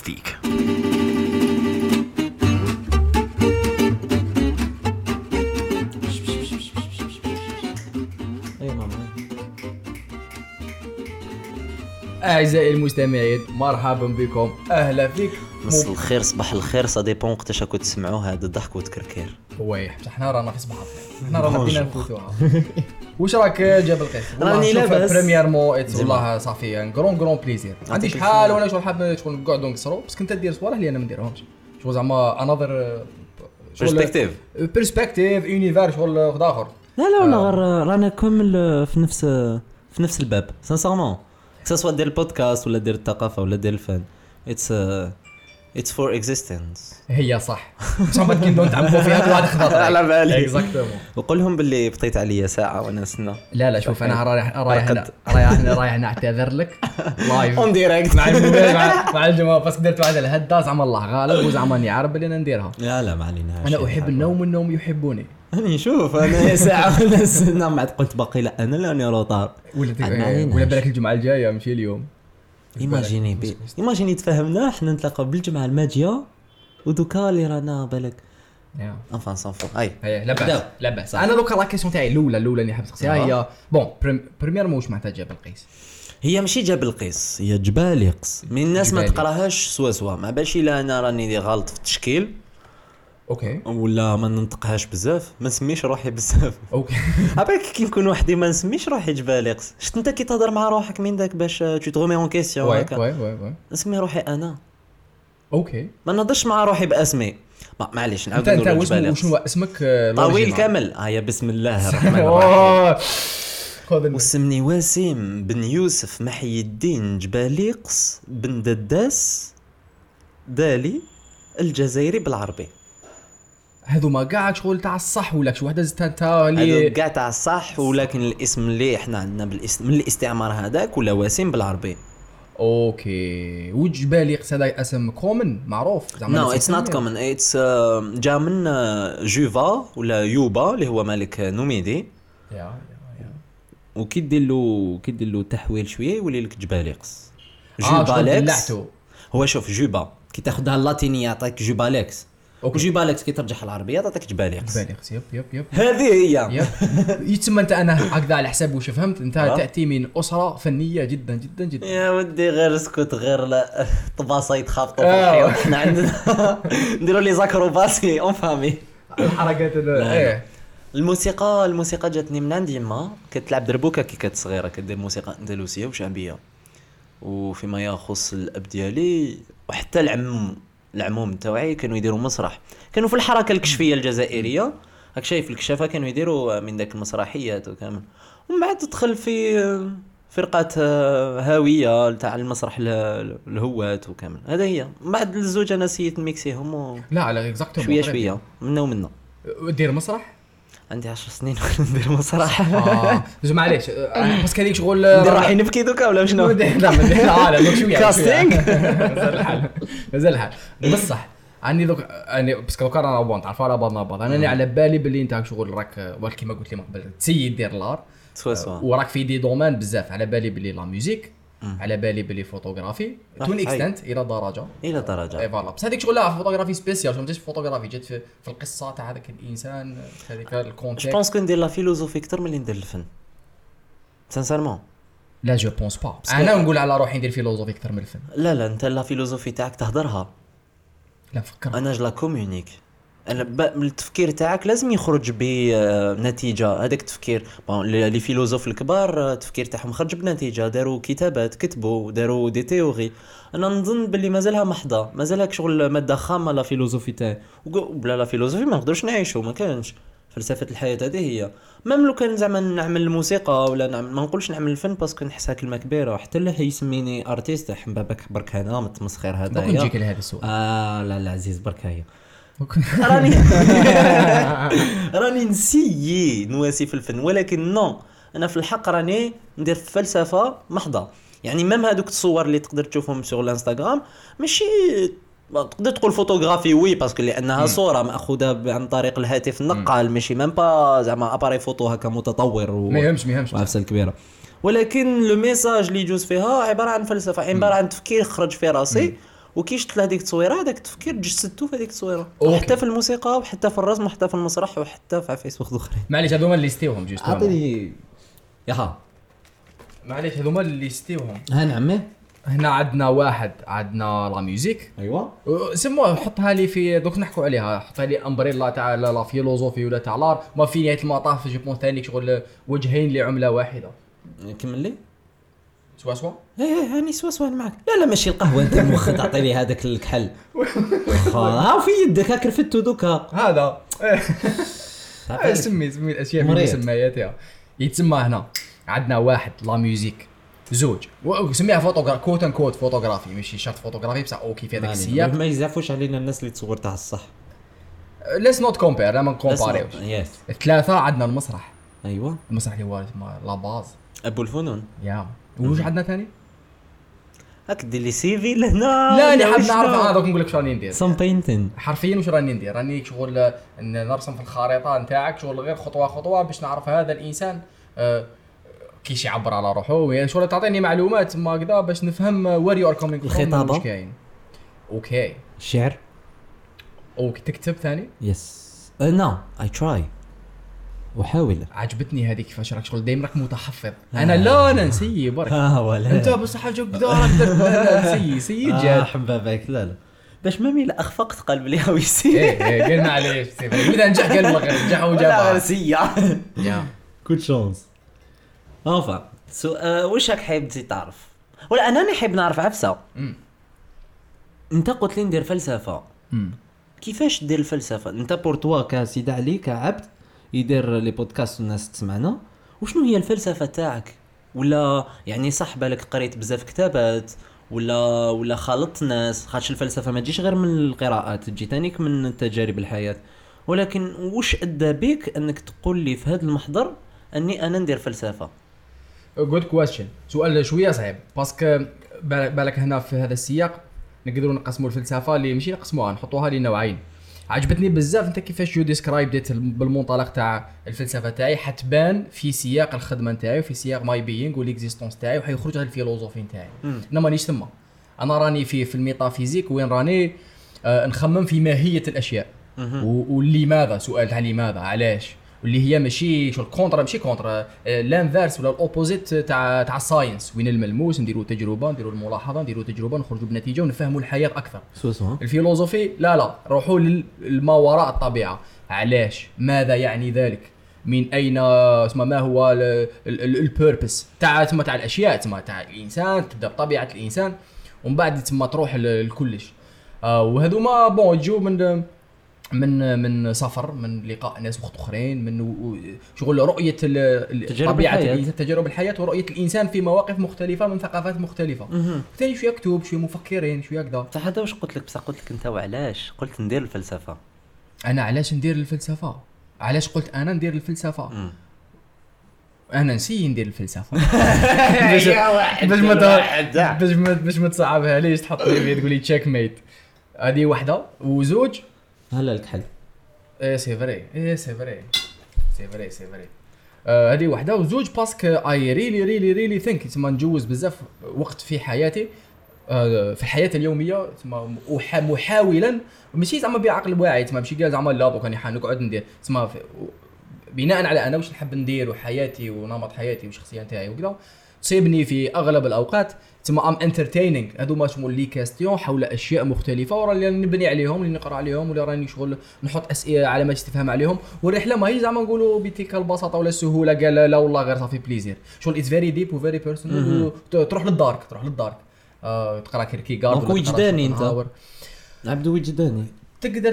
فيك. أعزائي المستمعين مرحبا بكم، أهلا فيك. مس الخير صباح الخير، سا ديبون وقتاش راكم تسمعوا هذا الضحك والتكركير. ويح حنا رانا في صباح الخير، حنا رانا بدينا نفوتوها. واش راك جاب القيس؟ راني لاباس بريميرمون والله صافي ان كرون بليزير. عندي شحال وانا شغل حاب شغل نقعدوا نقصروا بس كنت ندير صوالح اللي انا ما نديرهمش، شغل زعما انذر برسبكتيف يونيفير شغل خد اخر. لا غير رانا كامل في نفس الباب سانسيرمون، سواء دير البودكاست ولا دير الثقافه ولا دير الفن. It's for existence. هي صح صح ما كندو نتعمقوا فيها كل واحد خطر على بالي اكزاكتومون. وقول لهم باللي بطيت عليا ساعه وانا نستنى. لا شوف انا رايح نعتذر لك لايف اون دايركت مع الجماعه بس درت واحد الهدا زعما الله غالب وزعما اني عارف بلي انا نديرها. لا ما عليناش، انا احب النوم والنوم يحبوني. انا نشوف انا ساعه وانا نستنى ما قلت باقي لا انا لاني روطار ولا بالك الجمعه الجايه ماشي اليوم. ايماجيني تفاهمنا حنا نتلاقاو بالجمعه الماجيه ودوكا اللي رانا بالك انفان صافو. هاي لا باس انا دوكا لا كيسيون تاعي الاولى اللي حبت تخسيها هي بون بريمير موش معناتها جبل القيس. هي ماشي جبل القيس، هي جبال يقص. من الناس ما تقراهاش سوا ما بالش الا انا راني غلط في التشكيل اوكي ولا ما ننطقهاش بزاف، ما نسميش روحي بزاف اوكي. عباك كي نكون وحدي ما نسميش روحي جبال يقص. شفت انت كي تهضر مع روحك من داك باش تو تغمي اون كيسيون هكا وي نسمي روحي انا اوكي. ما نهضرش مع روحي باسمي. معليش نعاود نقول انت شنو اسمك طويل كامل. هيا بسم الله الرحمن الرحيم. وسمني وسيم بن يوسف محي الدين جباليقص بن دداس دالي الجزائري بالعربي. هذو ما قاعد شغل تاع الصح ولا شي وحده زدت انت اللي هذو قاعد تاع الصح، ولكن الاسم اللي احنا عندنا بالاسم من الاستعمار هذاك ولا وسيم بالعربي. اوكي. وجباليقص هذا اسم كومن معروف زعما؟ نو اتس نوت كومن، اتس جا من جوفا ولا يوبا اللي هو ملك نوميدي. يا وكي دير له تحويل شويه يولي لك جباليقص. جوباليكس هو شوف جوبا كي تاخذها اللاتينيه يعطيك جوباليكس، وجبالك كي ترجعها العربيه تعطيك جباليقص. يب هذه هي يتسمى انت انا هكذا على حساب واش فهمت انت تاتي من اسره فنيه جدا جدا جدا. يا ودي غير اسكت غير لا طباسه يتخافطوا في الحياه. احنا عندنا نديروا لي زاكروباسي اون فامي الحركات ايه. الموسيقى جاتني من عندي ما كتلعب دربوكه كي كانت صغيره كدير موسيقى اندلسيه وشعبيه. وفيما يخص الاب ديالي وحتى العموم تاعي كانوا يديروا مسرح، كانوا في الحركه الكشفيه الجزائريه هاك شايف الكشافه كانوا يديروا من داك المسرحيات وكامل. ومن بعد تدخل في فرقه هاويه تاع المسرح الهوات وكامل. هذا هي من بعد الزوج انا سيت ميكسيهم لا اكزاكتومون شويه منا دير مسرح. عندي 10 سنين ندير مسرح. زعما معليش بس كان شغل ندير راحي نبكي دوكا ولا شنو؟ لا شويه كاستينغ مازال الحال بصح عندي دوك اني بس كان انا بون تعرف على بعض انا على بالي باللي انت شغل راك كيما قلت لي من قبل تسيد دير لار وراك في دي دومين بزاف. على بالي باللي لا ميوزيك، على بالي بالي فوتوغرافي تون اكستنت الى درجه اي فوالا. بس هذيك شغل فوتوغرافي سبيسيال ما جاتش فوتوغرافي جات في القصه تاع هذاك الانسان هذيك الكونتيكست. جو بونس كو ندير لا فيلوزوفي اكثر من اللي ندير الفن سانسيرمون. لا جو بونس با انا نقول على روحي ندير فيلوزوفي اكثر من الفن. لا انت لا فيلوزوفي تاعك تهضرها. لا فكر انا لا كومونيك. انا التفكير تاعك لازم يخرج بنتيجه. هذاك التفكير لي فيلوزوف الكبار التفكير تاعهم خرج بنتيجه، داروا كتابات كتبوا داروا دي تيوري. انا نظن باللي مازالها محضه مازالك شغل ماده خامه لا فيلوزوفي تاعي. وبلا لا فيلوزوفي ما نقدرش نعيشوا، ما كانش فلسفه الحياه. هذه هي ميم لو كان زعما نعمل الموسيقى ولا نعمل ما نقولش نعمل الفن باسكو نحسها كلمه كبيره. حتى اللي يسميني ارتيست حبابك برك انا متمسخر هذا يا نجيك لهذا السؤال. لا عزيز برك هي راني نسيي نواسي في الفن، ولكن نو انا في الحق راني ندير فلسفه محضه. يعني ميم هذوك الصور اللي تقدر تشوفهم في الانستغرام ماشي تقدر تقول فوتوغرافي وي باسكو لانها صوره ماخوذه عن طريق الهاتف النقال ماشي ميم با زعما اباري فوتو هكا متطور ما يهمش وعفسه كبيره. ولكن لو ميساج اللي يجوز فيها عباره عن فلسفه، عباره عن تفكير خرج في راسي وكي شفت هذيك التصويره هذاك التفكير جسدته في هذيك التصويره، أوكي. وحتى في الموسيقى وحتى في الرسم وحتى في المسرح وحتى في فيسبوك اخرين. معليش هذوما اللي يستيوهم جوست اعطيني ياها. معليش هذوما اللي يستيوهم. ها نعمي هنا عندنا واحد عندنا لا ميوزيك ايوا سموها حطها لي في دوك نحكوا عليها حطها لي امبريلا تاع لا فيلوزوفي ولا تاع لار ما في نهايه المطاف جو بون ثاني شغل وجهين لعمله واحده كمل لي. سوا ايه هاني سوا انا معك. لا ماشي القهوه انت المخ تعطيني هذاك الكحل ها في يدك هاك رفدتو دوكا هذا سمي الاشياء بمسمياتها. يتسمى هنا عندنا واحد لا ميوزيك زوج وسميها فوتوغراف كوت ان كوت فوتوغرافي ماشي شرط فوتوغرافي بصح اوكي في هذاك السياق ما يزعفوش علينا الناس اللي تصور تاع الصح. ليتس نوت كومبير لا ما نكومباريوش. الثلاثه عندنا المسرح. ايوه المسرح اللي هو لا باز ابو الفنون. يا وش عندنا ثاني هاك دير لي سي في لهنا. لا انا حاب نعرف انا دوك نقول لك شو راني ندير سام بينتين حرفيا واش راني ندير. راني شغل نرسم في الخريطه نتاعك شغل غير خطوه خطوه باش نعرف هذا الانسان كيش يعبر على روحه يعني شغل تعطيني معلومات ما كذا باش نفهم وير يو ار كومينغ الخطابه واش كاين. اوكي الشعر اوكي تكتب ثاني يس نو اي تراي وحاول. عجبتني هذيك كيفاش راك شغل دايما راك متحفظ. انا لا انا نسيي برك ولا انت بصح جو كذا سيي جاد حبابك لا باش ما ميل اخفقت قلب لي هو يسي. ايه قلنا معليش اذا نجح قال والله نجح وجابها لا سيا يا كود شانس. enfin واش راك حاب تزيد تعرف ولا انا حاب نعرف عفسه. انت قلت لي ندير فلسفه. كيفاش دير الفلسفه انت بورتوا كسيد علي كعبد يدير لي بودكاست والناس تسمعنا؟ وشنو هي الفلسفه تاعك؟ ولا يعني صح بالك قريت بزاف كتابات ولا خالطت ناس؟ خاطش الفلسفه ما تجيش غير من القراءات تجي تانيك من تجارب الحياه. ولكن واش ادى بك انك تقول لي في هذا المحضر اني انا ندير فلسفه؟ جود كويستشن. سؤال شويه صعيب باسكو بالك هنا في هذا السياق نقدروا نقسموا الفلسفه اللي ماشي نقسموها نحطوها لنوعين. عجبتني بزاف انت كيفاش جو ديسكرايب ديت بالمنطلق تاع الفلسفه تاعي حتبان في سياق الخدمه نتاعي وفي سياق ماي بيينغ والاكزيستونس تاعي وحيخرج على الفيلوزوفي نتاعي. انا مانيش ثم انا راني في الميتافيزيك وين راني نخمم في ماهيه الاشياء ولماذا سؤال تاع لماذا علاش واللي هي ماشي شو الكونترا ماشي كونترا لانفيرس ولا الاوبوزيت تاع الساينس وين الملموس نديروا تجربه نديروا الملاحظه نديروا تجربه نخرجوا بنتيجه ونفهموا الحياه اكثر. الفيلوزوفي لا روحوا لما وراء الطبيعه. علاش ماذا يعني ذلك من اين اسمه ما هو البيربس تاع الاشياء تاع الانسان تبدا بطبيعه الانسان ومن بعد تما تروح لكلش. وهذوما بون يجوا من سفر من لقاء ناس اخرين من شغل رؤيه طبيعه الانسان تجارب الحياه ورؤيه الانسان في مواقف مختلفه من ثقافات مختلفه. ثاني شويه كتب شويه مفكرين شويه كذا. صح هذا واش قلت لك بصح قلت لك انت وعلاش قلت ندير الفلسفه؟ انا علاش ندير الفلسفه؟ علاش قلت انا ندير الفلسفه؟ انا نسي ندير الفلسفه باش ما تصعبها ليش تحط لي تقول لي تشيك ميت. هذه واحده وزوج هلا الكحل. سي فري هذه واحده وزوج باسكو اي ريلي ثينك تما نجوز بزاف وقت في حياتي في الحياه اليوميه تما محاولا ماشي زعما بعقل واعي تما ماشي قال زعما لا دوك راني حنقعد ندير تما بناء على انا واش نحب ندير وحياتي ونمط حياتي والشخصيه نتاعي وكذا تصيبني في اغلب الاوقات تما ام انترتينينغ. هذوما شمول لي كاستيون حول اشياء مختلفه وراني نبني عليهم اللي نقرا عليهم ولا راني شغل نحط اسئله علامات استفهام عليهم. والرحله ما هي زعما نقولوا بتلك البساطه ولا السهوله قال لا والله غير صافي بليزير شغل اتس فيري ديب وفيري بيرسونال. تروح للدارك تقرا كيركيغارد وجداني انت عبد وجداني تقدر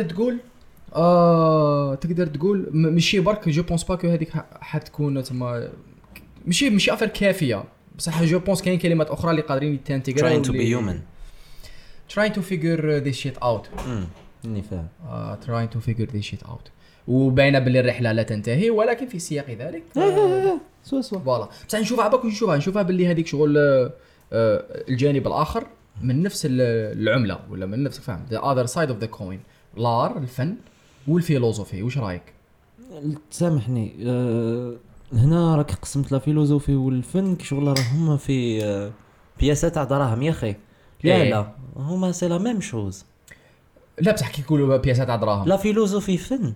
تقول ماشي برك جو بونس با كو هذيك حتكون تما ماشي افر كافيه بصح جو بونس كاين كلمات اخرى اللي قادرين يتانتيغراو trying to be human trying to figure this shit out اني فاهم trying to figure this shit out وباينه باللي الرحله لا تنتهي ولكن في سياق ذلك سوا فوالا بصح نشوفها باللي هذيك شغل الجانب الاخر من نفس العمله ولا من نفس فهم the other side of the coin الار الفن والفيلوزوفي. واش رايك؟ سامحني هنا راك قسمت لا فيلوزوفي والفن كشغل راهم في بياسات تاع دراهم يا اخي لا هما سي لا ميم شوز. لا بصح كي يقولوا بياسات تاع دراهم لا فيلوزوفي فن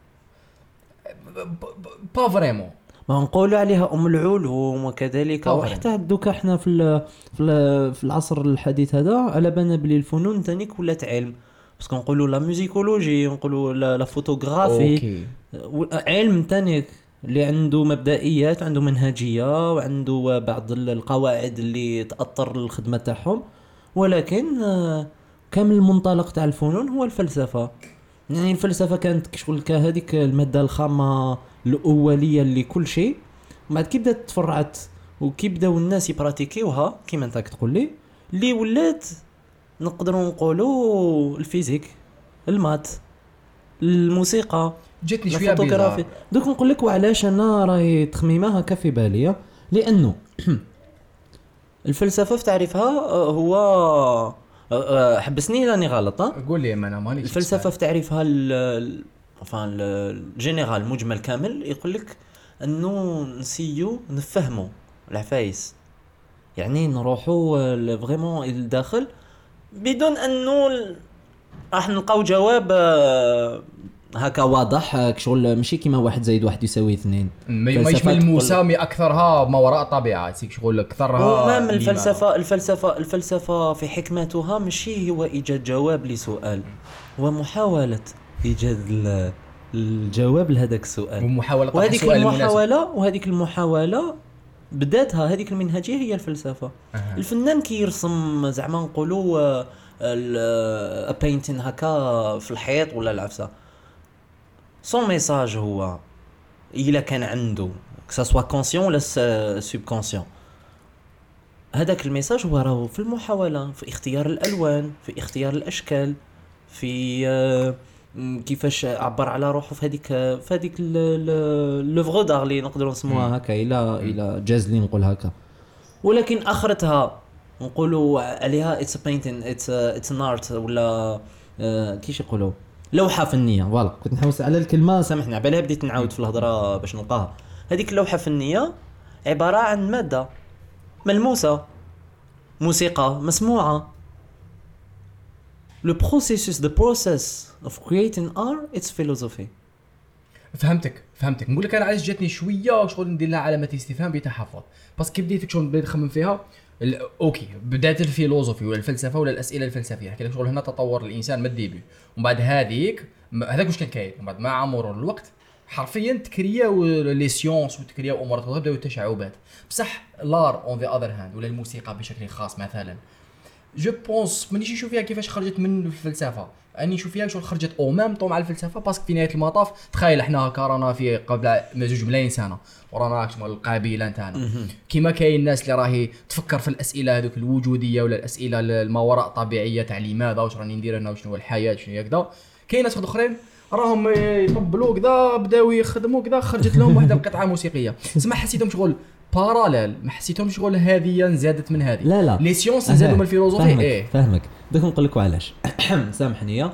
با فريمون، ما نقولوا عليها ام العلوم وكذلك. وحتى دوكا احنا في العصر الحديث هذا على بالنا بلي الفنون تانيك ولات علم، باسكو نقولوا لا ميوزيكولوجي، نقولوا لا فوتوغرافي، علم تانيك اللي عنده مبدئيات، عنده منهجيه، وعنده بعض القواعد اللي تاثر الخدمه تاعهم. ولكن كامل المنطلق تاع الفنون هو الفلسفه. يعني الفلسفه كانت كشغل كهذيك الماده الخامه الاوليه لكل شيء، بعد كي بدات تفرعت وكي بداو الناس يبراتيكيوها كيما انت تقول لي، اللي ولات نقدروا نقولوا الفيزيك، المات، الموسيقى، جاتني شويه بيزار. دوك نقول لك وعلاش انا راهي تخميمه هكا في بالي، لانه الفلسفه في تعريفها هو حبسني راني غلط. قول لي انا مانيش. الفلسفه في تعريفها الجينيرال مجمل كامل يقول لك انه نسيو نفهموا العفايس، يعني نروحوا فريمون الداخل بدون انه راح نلقاو جواب هكا واضح كشغل ماشي كيما 1 زائد 1 يساوي 2. ما يشمل مسامي اكثرها ما وراء الطبيعه، سيك شغل اكثرها. ومام الفلسفه في حكمتها ماشي هو ايجاد جواب لسؤال، هو محاوله ايجاد الجواب لهذاك السؤال، وهذيك المحاوله بداتها هذيك المنهجيه هي الفلسفه. الفنان كي يرسم زعما نقولوا بينتين هكا في الحيط ولا العفسه، سون ميساج هو الا كان عنده كسا كونسيون ولا سوبكونسيون، هذاك الميساج هو راهو في المحاوله، في اختيار الالوان، في اختيار الاشكال، في كيفاش عبر على روحه في هذيك لوفغ دار اللي نقدروا نسموها هكا الى جاز اللي نقول هكا. ولكن اخرتها نقولوا عليها اتس بينتين، اتس ان ارت، ولا كيش يقولوا لوحه فنيه. فوالا كنت نحوس على الكلمه، سامحني على بالها بديت نعاود في الهضره باش نلقاها. هذيك اللوحه فنيه عباره عن ماده ملموسه، موسيقى مسموعه. the process of creating art it's philosophy. فهمتك نقول لك انا علاش جاتني شويه شغل ندير لها علامه استفهام بتحفظ، باسكو بديت شغل بديت نخمم فيها. اوكي بدات الفيلوزوفي ولا الفلسفه ولا الاسئله الفلسفيه، حكي لك شغل هنا تطور الانسان من الديبي، ومن بعد هذاك واش كان كاين، ومن بعد مع مرور الوقت حرفيا تكرياو لي سيونس وتكرياو امور بداو التشعبات. بصح لار اون ذا اذر هاند ولا الموسيقى بشكل خاص مثلا، جو بونس مانيش نشوف فيها كيفاش خرجت من الفلسفه، اني نشوف فيها شغل خرجت او ميم طون مع الفلسفه. باسكو في نهايه المطاف تخيل احنا هكا رانا في قبل 2 ملايين سنه ورانا شمال القبيله نتاعنا، كيما كاين الناس اللي راهي تفكر في الاسئله هذوك الوجوديه ولا الاسئله ما وراء طبيعيه تاع لماذا واش راني ندير انا وشنو هو الحياه شنو هكذا. كاين ناس اخرين راهم يطبلوا كذا بداو يخدموا كذا، خرجت لهم واحده القطعه موسيقيه. سما حسيتهم شغل باراليل، ما حسيتهم شغل هذه زادت من هذه. لا لي سيونس زادوا من الفيلوزوفي. فاهمك دوك نقول لك علاش. سامحني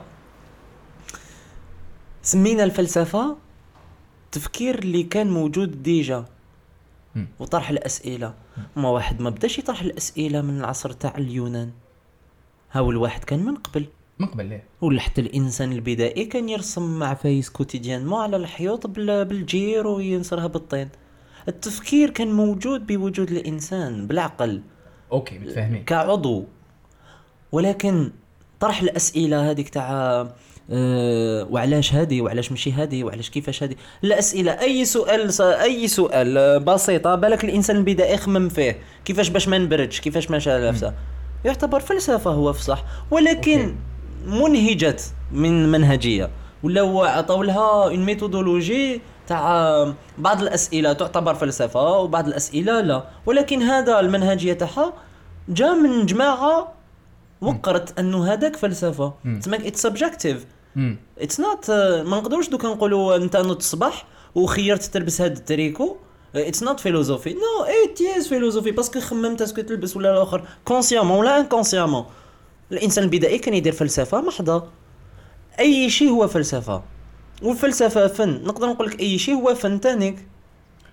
سمينا الفلسفه تفكير اللي كان موجود ديجا وطرح الاسئله. ما واحد ما بداش يطرح الاسئله من العصر تاع اليونان، هاو الواحد كان من قبل ليه، ولا حتى الانسان البدائي كان يرسم مع فايس كوتيديانمون على الحيوط بالجير وينصرها بالطين. التفكير كان موجود بوجود الانسان بالعقل، اوكي متفاهمين كعضو. ولكن طرح الاسئله هذيك تاع وعلاش هذه وعلاش ماشي هذه وعلاش كيفاش هذه، الاسئله اي سؤال بسيطه بالك الانسان البدائي خمم فيه، كيفاش باش ما نبردش، كيفاش ما شاء نفسه، يعتبر فلسفه هو فصح. ولكن منهجت من منهجيه، ولا عطاو لها اون ميثودولوجي تاع بعض الاسئله تعتبر فلسفه وبعض الاسئله لا. ولكن هذا المنهجيه تاعها جاء من جماعه وقرت انه هذاك فلسفه. تسمى اتس سبجكتيف، اتس نوت. ما نقدروش دوك نقولوا انت نوض الصباح وخيرت تلبس هذا التريكو اتس نوت فيلوزوفي. نو ات از فيلوزوفي باسكو خممت اسكو تلبس ولا الاخر كونسيامون ولا انكونسيامون. الانسان البدائي كان يدير فلسفه محضه، اي شيء هو فلسفه، والفلسفه فن. نقدر نقول لك اي شيء هو فن تانيك.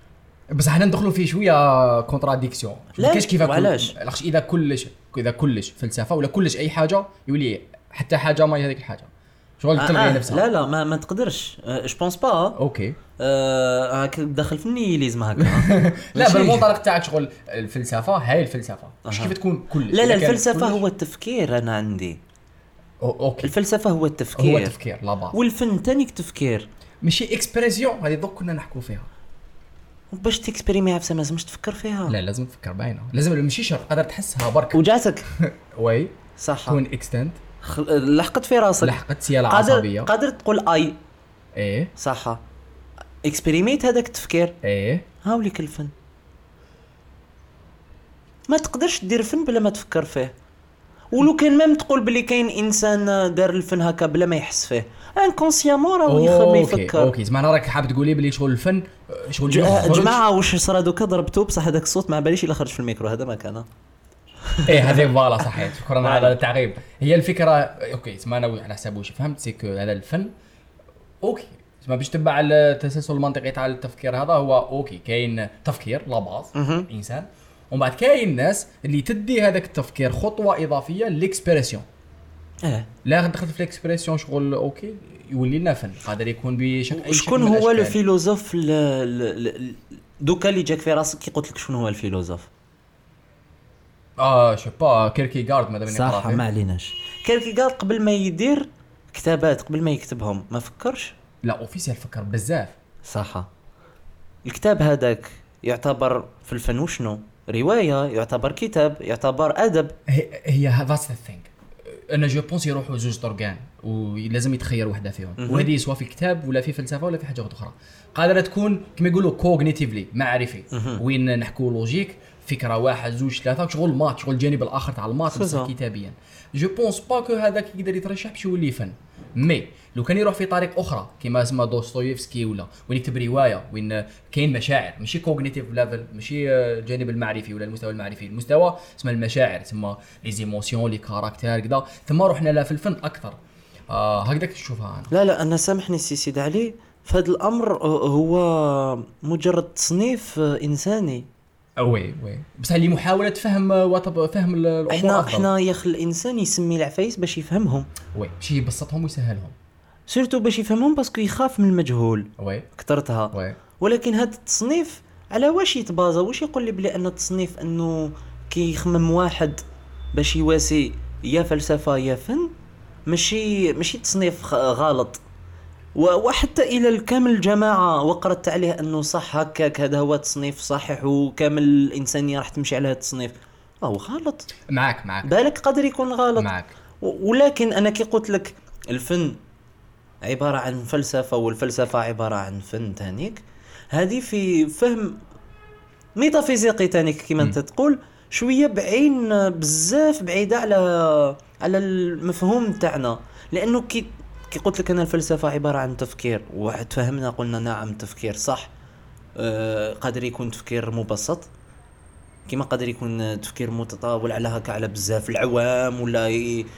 بس احنا ندخلوا فيه شويه كونتراديكسيون. كاش كيف علاش اذا كلش فلسفه ولا كلش اي حاجه يولي حتى حاجه ما هي هذيك الحاجه شغل تلغي نفسها. لا ما تقدرش جو بونس با. اوكي هاك دخل في النيهيليزم هكا. لا بالمنطلق تاعك شغل الفلسفه هاي الفلسفه مش كيف تكون كلش. لا الفلسفه هو التفكير. انا عندي اوكي الفلسفه هو التفكير لا بعض. والفن تانيك تفكير ماشي اكسبريسيون. هذه دوك كنا نحكوا فيها باش تكسبريميها بس لازمش تفكر فيها. لا لازم تفكر باينه. لازم ماشي شرط قادر تحسها برك وجاتك وي صح تكون اكستنت لحقت في راسك لحقت سياله عصبيه قادر تقول اي ايه صح اكسبريميت هذاك التفكير. ايه هاوليك الفن. ما تقدرش دير فن بلا ما تفكر فيه. ولو كان ما تقول بلي كاين انسان دار الفن هكا بلا ما يحس فيه انكونسيامون راه يخمم يفكر. اوكي زعما راك حاب تقولي بلي شغل الفن شغل جماعه واش صرا دوكا ضربتو بصح هذاك الصوت ما باليش الا خرج في الميكرو. هذا ما كان ايه هذه فوالا صحيح. شكرا على التعقيب. هي الفكره اوكي اسمع انا على حساب واش فهمت سيك هذا الفن اوكي اسمع باش تبع التسلسل المنطقي تاع التفكير هذا هو اوكي. كاين تفكير لا باز انسان ومن بعد كاين الناس اللي تدي هذاك التفكير خطوه اضافيه للاكسبريسيون. لا دخلت في الاكسبريسيون شغل اوكي يولي لنا فن قادر يكون بشكل اي شكل. شكون هو الفيلوزوف دوكا اللي جاك في راسك كي قلت لك شنو هو الفيلوزوف؟ شو با كيركيغارد ماذا بيني صح ما عليناش. كيركيغارد قبل ما يدير كتابات قبل ما يكتبهم ما فكرش. لا اوفيسيال فكر بزاف صح. الكتاب هذاك يعتبر في الفن وشنو؟ روايه يعتبر كتاب يعتبر ادب. هي هذا الثينك. انا جو بونس يروحوا زوج طرقان ولازم يتخير وحده فيهم وهذه سواء في كتاب ولا في فلسفه ولا في حاجه اخرى. قادره تكون كما يقولوا كوغنيتيفلي معرفي وين نحكوا لوجيك فكره واحد زوج ثلاثه شغل مات شغل الجانب الاخر تاع المات بس كتابيا. جو بونس با كو هذاك يقدر يترشح باش يولي فن. مي لو كان يروح في طريق اخرى كيما اسمه دوستويفسكي ولا وين يكتب روايه وين كاين مشاعر ماشي كوغنيتيف ليفل ماشي الجانب المعرفي ولا المستوى المعرفي المستوى اسمه المشاعر تسمى لي زيموسيون لي كاركتير كذا ثم رحنا لا في الفن اكثر. هكذاك تشوفها انا. لا انا سامحني سيدي علي في هذا الامر هو مجرد تصنيف انساني. وي بس اللي محاوله فهم فهم الامور. احنا يا اخي الانسان يسمي العفايس باش يفهمهم. وي باش يبسطهم ويسهلهم سيرتو باش يفهمهم باسكو يخاف من المجهول. وي كثرتها. وي ولكن هذا التصنيف على واش يتبازا؟ واش يقول لي بلي ان التصنيف انه كي يخمم واحد باش يواسي يا فلسفه يا فن ماشي تصنيف غلط. وحتى الى الكامل الجماعه وقرت عليه انه صح هكاك هذا هو تصنيف صحيح وكامل الانسانيه راح تمشي على هذا التصنيف. هو غلط. معك بالك قادر يكون غلط معك. ولكن انا كي قلت لك الفن عباره عن فلسفه والفلسفه عباره عن فن تانيك هذه في فهم ميتافيزيقي تانيك كما انت تقول شويه بعين بزاف بعيده على المفهوم تاعنا. لانه كي قلت لك أنا الفلسفة عبارة عن تفكير واحد فهمنا قلنا نعم تفكير صح. قادر يكون تفكير مبسط كما قادر يكون تفكير متطاول على هكا على بزاف العوام ولا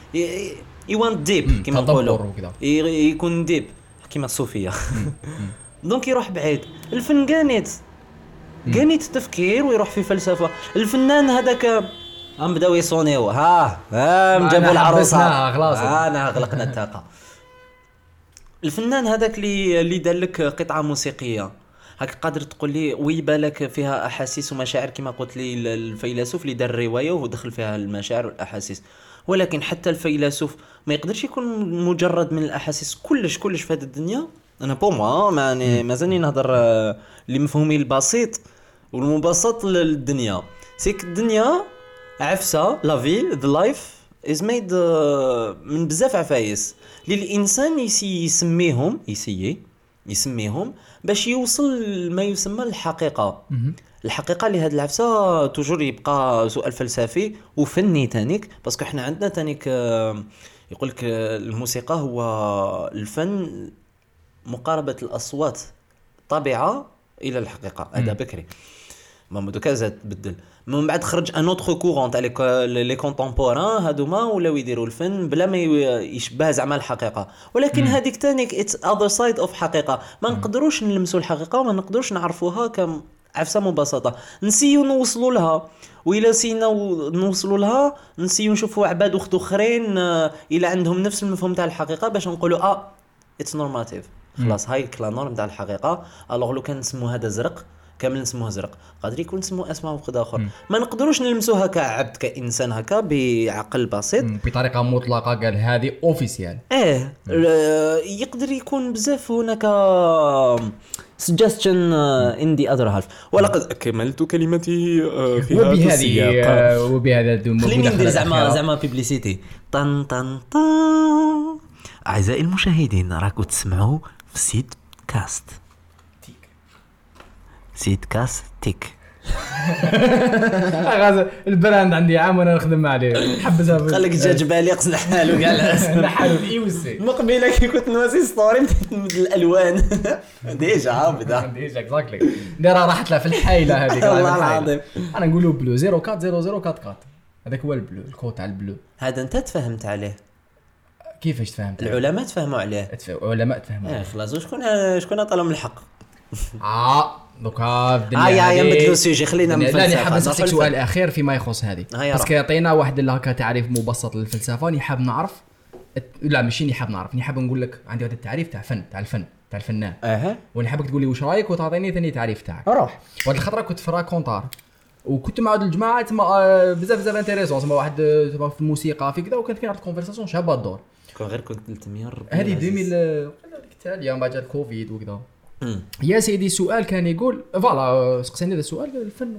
يوان ديب كما نقولوا يكون ديب كما الصوفية. دونك يروح بعيد. الفن قانيت التفكير ويروح في فلسفة. الفنان هذاك بداو يصونيو جابوا العروسة خلاص انا غلقنا الطاقة. الفنان هذاك اللي دار لك قطعه موسيقيه هاك قادر تقول لي ويبالك فيها احاسيس ومشاعر كما قلت لي الفيلسوف اللي دار الروايه ودخل فيها المشاعر والاحاسيس. ولكن حتى الفيلسوف ما يقدرش يكون مجرد من الاحاسيس كلش في هذه الدنيا. انا بوما مازالني نهضر لمفهومي البسيط والمبسط للدنيا. سيك الدنيا عفسه لافي ذا لايف is made من بزاف عفايس للإنسان يسميهم باش يوصل ما يسمى الحقيقة. الحقيقة لهذه العفسة توجور يبقى سؤال فلسفي وفني تانيك باسكو احنا عندنا تانيك يقولك الموسيقى هو الفن مقاربة الأصوات طبيعة إلى الحقيقة. هذا بكري مامدو كذا تبدل من بعد خرج ان اوتر كورون تاع لي كونتمبوران هادوما ولاو يديروا الفن بلا ما يشبه زعما الحقيقه. ولكن هذيك تانيك اتس اذر سايد اوف حقيقه. ما نقدروش نلمسوا الحقيقه وما نقدروش نعرفوها عفسه مبسطه نسيو نوصلوا لها، وإلا سينا نوصلوا لها نسيو نشوفوا عباد وقت اخرين الى عندهم نفس المفهوم تاع الحقيقه باش نقولوا اتس نورماتيف خلاص هاي لا نورم تاع الحقيقه. الوغ لو كان نسمو هذا زرق كامل نسموه زرق، قادر يكون نسموه اسماء وقت اخر. ما نقدروش نلمسوها كعبد كانسان هكا بعقل بسيط بطريقه مطلقه. قال هذه اوفيسيال يقدر يكون بزاف هناك suggestion in the other half. ولقد أكملت كلمتي في هذا السياق. وبهذا خليني ندير زعما بيبليسيتي طن طن طن. أعزائي المشاهدين راكو تسمعوا في سيد كاست تيك. البراند عندي عام وانا نخدم عليه حبزها خليك دجاج بالي قصد حالو كاع نحالو الايوسي مقبله كي كنت نواسي ستوري نبدل الالوان ديجا اكزاكتلي دايره راحت لها في الحايله هذيك والله العظيم. انا نقولوا بلو 040044 هذاك هو البلو الكود تاع البلو. هذا انت تفهمت عليه كيفاش تفهمت؟ العلماء تفهموا عليه. العلماء تفهموا عليه خلاص. شكون عطاهم الحق؟ دوكا يا نبدلوا السوجي خلينا من الفلسفه. لا حاب نسالك سؤال اخير فيما يخص هذه باسكو يعطينا واحد هكا تعريف مبسط للفلسفه. ني حاب نعرف لا ماشي ني حاب نعرف، ني حاب نقول لك عندي هذا التعريف تاع الفن تاع الفنان وني حابك تقول لي واش رايك وتعطيني ثاني تعريف تاعك. روح. واحد الخطره كنت في راكونطار وكنت مع الجماعه تما بزاف انتريسون تما واحد تما في الموسيقى في كذا وكانت كاين واحد الكونفرساسيون شابه الدور. غير كنت 300 هذه 2000 التالي بعد جا الكوفيد وكذا. يا سيدي سؤال كان يقول فوالا سقسيني هذا السؤال الفن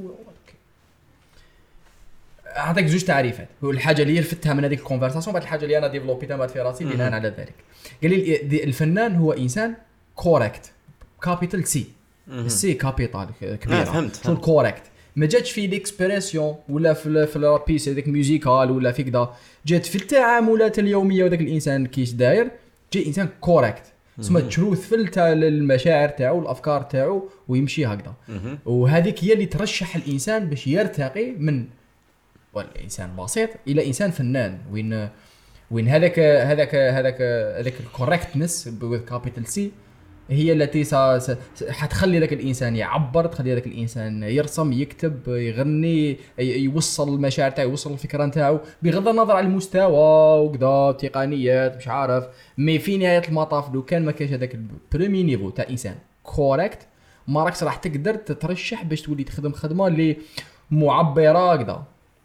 اعطيك زوج تعريفات. الحاجه اللي رفتها من هذيك الكونفرساسيون بعد الحاجه اللي انا ديفلوبيتها بعد في راسي بناء على ذلك. قال لي الفنان هو انسان كوريكت كابيتال سي كابيتال كبيره. شو الكوريكت ما جاتش في ليكسبريسيون ولا في الرابيس هذيك ميوزيكال ولا في كذا، جات في التعاملات اليوميه وذاك الانسان كيش داير جاي انسان كوريكت اسمها تروثفل تاع المشاعر تاعو الافكار تاعو ويمشي هكذا. وهذيك هي اللي ترشح الانسان باش يرتقي من والانسان بسيط الى انسان فنان وين هذاك الكوريكتنس بالكابيتال سي هي التي حتخلي ذاك الانسان يعبر، تخلي ذاك الانسان يرسم يكتب يغني يوصل المشاعر تاعو يوصل الفكره نتاعو بغض النظر على المستوى وكذا تقنيات مش عارف. مي في نهايه المطاف لو كان ما كاش هذاك البريمي نيفو تاع انسان كوريكت ما راكش راح تقدر تترشح باش تولي تخدم خدمه اللي معبره كذا.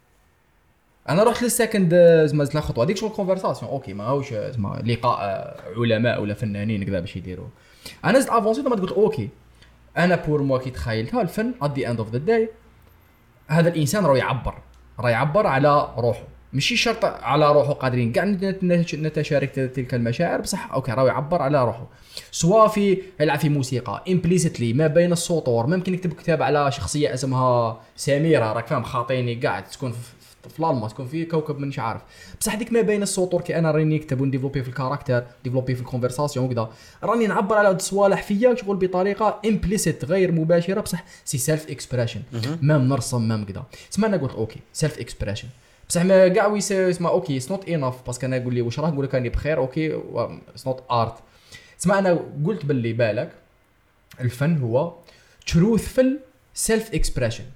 انا رحت للسكند زعما الخطوه هذيك شغل كونفرساسيون اوكي ماهوش زعما لقاء علماء ولا فنانين كذا باش يديروا. انا زدت افونسي ما تقول اوكي انا بور موا كي تخيلتها الفن ات ذا اند اوف ذا داي هذا الانسان راه يعبر على روحه ماشي شرط على روحه قادرين كاع نتشارك تلك المشاعر بصح اوكي راه يعبر على روحه سواء في يلعب في موسيقى امبليسيتلي ما بين السطور. ممكن يكتب كتاب على شخصيه اسمها سميره راك فاهم خاطيني قاعد تكون في الالما تكون في كوكب مانيش عارف بصح ديك ما بين السطور كي انا راني نكتب ونديفلوبي في الكاركتر ديفلوبي في الكونفرساسيون وكذا راني نعبر على هاد الصوالح فيا شغل بطريقه امبليسيت غير مباشره بصح سي سيلف اكسبريشن مام نرسم مام كذا. تسمى انا قلت اوكي سيلف اكسبريشن بصح ما كاع يسمى اوكي اتس نوت انف باسكو انا نقول لي واش راه نقول لك راني بخير اوكي اتس نوت ارت. تسمى انا قلت باللي بالك الفن هو تروثفل سيلف اكسبريشن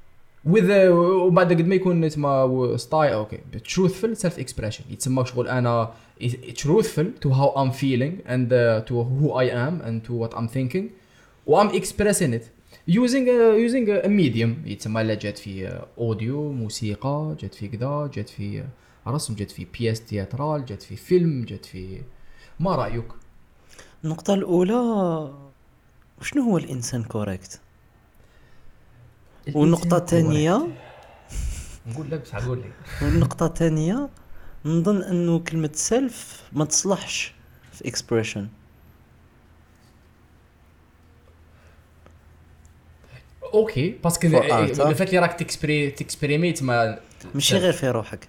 وبعد قد ما يكون اسمه ستايل اوكي truthful self expression يتسمى شغل انا truthful to how I'm feeling and to who I am and to what I'm thinking و I'm expressing it using a medium يتسمى لا جات في اوديو موسيقى جات في كذا جات في رسم جات في بياس تياترال جات في فيلم جات في ما رأيك؟ النقطة الأولى شنو هو الإنسان كوريكت؟ والنقطة الثانية نقول لك بس هقول لك والنقطة الثانية نظن أنه كلمة سيلف ما تصلحش في إكسبريشن. اوكي باسكو الفات اللي راك تكسبريميت ما ماشي غير في روحك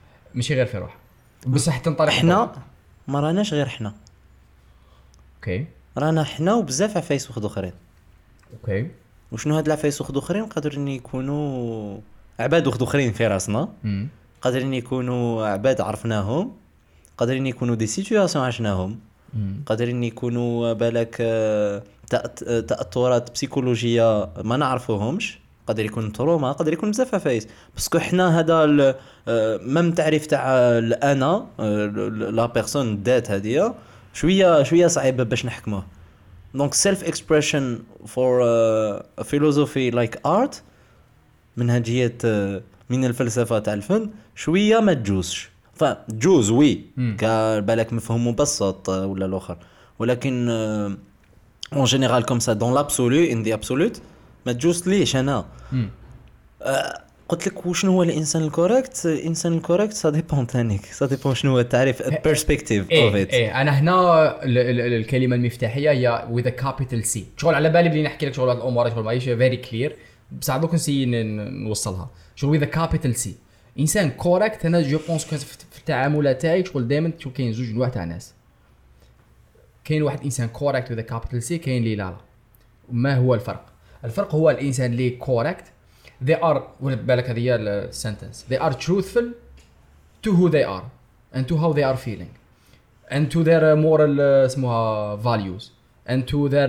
بصح تنطلق احنا ما راناش غير احنا اوكي رانا احنا وبزاف عفايس وخد اخرين اوكي وشنو هاد العفايس وخد اخرين قادرين يكونوا عباد وخد اخرين في راسنا قادرين يكونوا عباد عرفناهم قادرين يكونوا دي سيتوياسيون عشناهم قادرين يكونوا بالك تأثرات بسيكولوجية ما نعرفوهمش، قادر يكون تروما، قادر يكون بزاف عفايس. باسكو حنا هذا مم تعريف تاع الانا لا بيرسون ذات هذه شويه صعيبه باش نحكموه. دونك سيلف اكسبريشن فور فيلوسوفي لايك ارت منهجيه من الفلسفه تاع الفن شويه ما تجوزش. فجوز وي بالك مفهوم مبسط ولا الاخر، ولكن اون جينيرال كوم سا دون لابسولو ان دي ابسولوت ما تجوز ليش انا قلت لك وشنو هو الانسان الكوريكت. الانسان الكوريكت سا ديبون تانيك، سا ديبون شنو هو التعريف بيرسبكتيف اوف ات. انا هنا الكلمه المفتاحيه هي with a capital C. شغل على بالي بلي نحكي لك شغل هاد الامور شغل ماهيش فيري كلير، بصح دوك نسي نوصلها. شغل with a capital C انسان كوريكت. انا جو بونس في التعاملات تاعي شغل دائما تشوف كاين زوج نوع تاع ناس. كاين واحد انسان كوريكت with a capital C، كاين اللي لا. ما هو الفرق؟ الفرق هو الانسان اللي كوريكت they are بالك هذه هي السنتنس they are truthful to who they are and to how they are feeling and to their moral اسمها values and to their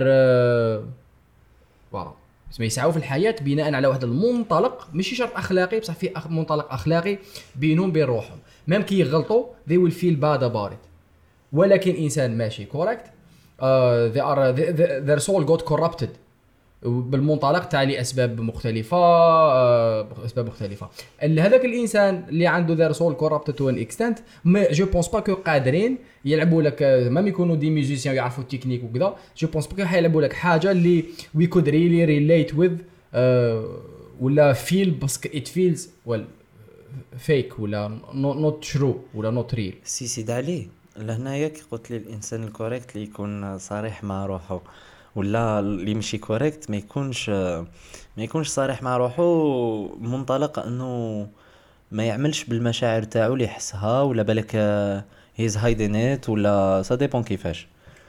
voilà اسمه يسعوا في الحياة بناء على واحد المنطلق ماشي شرط أخلاقي، بصح في منطلق أخلاقي بينهم بين روحهم. مام كي يغلطوا they will feel bad about it. ولكن إنسان ماشي correct they are their soul got corrupted بالمنطلق تاع لأسباب مختلفة أسباب مختلفة. هذاك الإنسان اللي عنده their soul corrupted to an extent ما جو بونس با كو قادرين يلعبوا لك مام يكونوا دي ميوزيسيان يعرفوا التكنيك وكذا. جو بونس با حيلعبوا لك حاجة اللي we could really relate with ولا feel بس it feels well fake ولا not true ولا not real. سيد علي لهنايا كي قلت لي الإنسان الكوريكت اللي يكون صريح مع روحه، ولا اللي مشي كوريكت ما يكونش صريح مع روحه منطلق انه ما يعملش بالمشاعر تاعو اللي يحسها، ولا بالك هيز هايدينيت ولا سا ديبون كيفاش.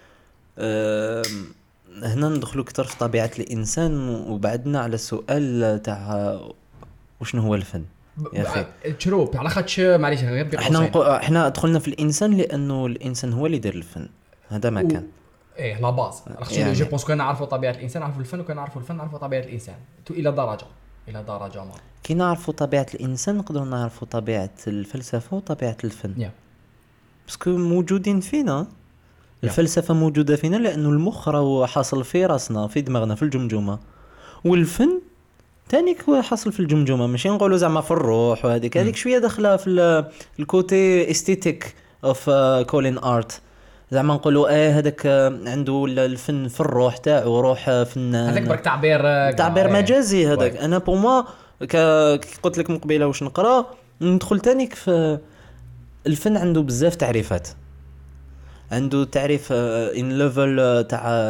هنا ندخلوا اكثر في طبيعه الانسان وبعدنا على السؤال تاع وشنو هو الفن يا اخي. تشروب على خاطش معليش غير احنا دخلنا في الانسان لانه الانسان هو اللي يدير الفن، هذا ما كان ايه لا باز. يعني جو بونس كنا نعرفوا طبيعه الانسان، نعرفوا الفن، وكنا نعرفوا الفن نعرفوا طبيعه الانسان الى درجه ما. كي نعرفوا طبيعه الانسان نقدروا نعرفوا طبيعه الفلسفه وطبيعه الفن باسكو موجودين فينا. الفلسفه موجوده فينا لانه المخ راه حاصل في راسنا في دماغنا في الجمجمه، والفن تانيك هو حاصل في الجمجمه، ماشي نقولوا زعما في الروح وهذيك شويه داخله في الكوتي استيتيك اوف كولين ارت. زعما نقولوا هذاك عنده الفن في الروح تاعو، روح فنان، هذاك برك تعبير مجازي هذاك. انا بو موا كي قلت لك من قبيله واش نقرا ندخل تانيك في الفن عنده بزاف تعريفات. عنده تعريف ان ليفل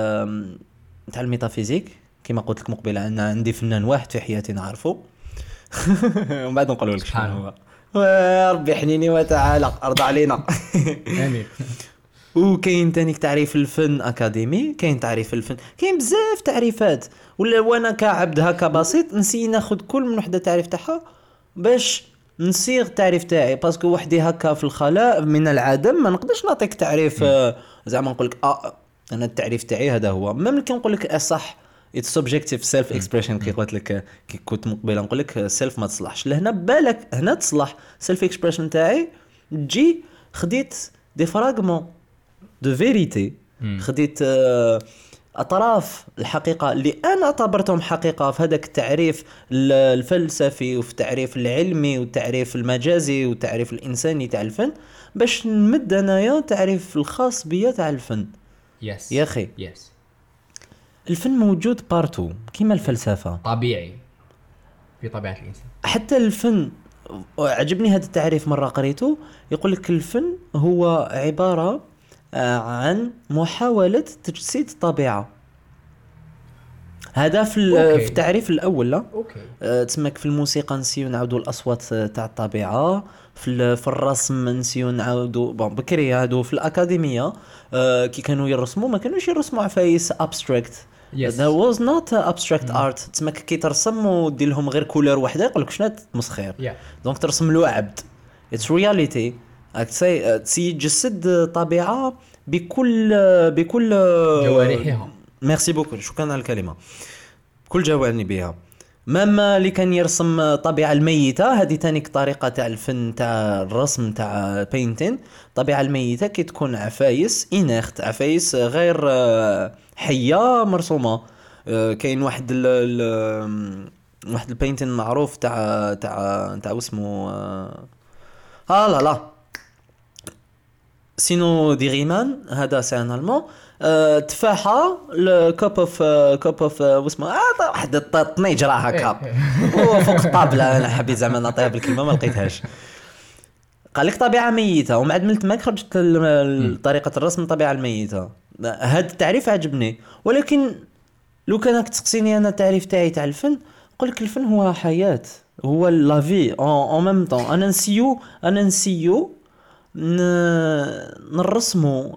تاع الميتافيزيك كما قلت لك مقبله. انا عندي فنان واحد في حياتي نعرفه ومن بعد نقول لك شنو هو. ربي حنيني وتعالى ارضى علينا امين. وكاين تانيك تعريف الفن اكاديمي، كاين تعريف الفن، كاين بزاف تعريفات. ولا وانا كعبد هكا بسيط نسي ناخذ كل من وحده تعريف تاعها باش نصيغ التعريف تاعي، باسكو وحدي هكا في الخلاء من العدم ما نقدرش نعطيك تعريف زعما نقول لك انا التعريف تاعي هذا هو. ممكن نقول لك صح it's subjective self expression كي قلت لك كي كنت مقبله نقول لك سيلف ما تصلحش لهنا، بالك هنا تصلح self expression تاعي. تجي خديت دي فراغمون دو فيريتي، خديت اطراف الحقيقه اللي انا اعتبرتهم حقيقه في هذاك التعريف الفلسفي وفي التعريف العلمي والتعريف المجازي والتعريف الانساني تاع الفن، باش نمد انايا تعريف الخاص بيا تاع الفن. يا اخي الفن موجود بارتو كيما الفلسفه، طبيعي في طبيعه الانسان. حتى الفن عجبني هذا التعريف مره قريته، يقول لك الفن هو عباره عن محاولة تجسيد الطبيعة. هذا في التعريف الأول. لا تسمك في الموسيقى نسيو نعودوا الأصوات تاع الطبيعة، في الرسم نسيو نعودوا بكري هادو في الأكاديمية كي كانوا يرسموا ما كانوش يرسموا عفايس abstract. That was not abstract art. تسمك كي ترسم ودير لهم غير كولور واحدة يقولك شنو تمسخير. دونك ترسم له عبد. It's reality. تسي جسد طبيعة بكل جوارحها. ميرسي بوكو، شكرا على الكلمه. كل جوانبها. ماما اللي كان يرسم الطبيعه الميته، هذه تانيك طريقه تاع الفن تاع الرسم تاع بينتين. الطبيعه الميته كي تكون عفايس انيرت، عفايس غير حيه مرسومه. كاين واحد واحد البينتين معروف تاع اسمه لا سينو دي ريمان، هذا سي ان المون. تفاحه كوب اوف واسمه واحد الطنيجره هكا فوق الطابله. انا حبيت زعما نعطيها بالكلمه ما لقيتهاش. قال لك طبيعه ميته، ومن بعد من تماك خرجت طريقه الرسم الطبيعه الميته. هذا التعريف عجبني، ولكن لو كانك تسقسيني انا التعريف تاعي تاع الفن، نقول لك الفن هو حياه، هو لا في اون ميم طون. انا نسيو نرسمو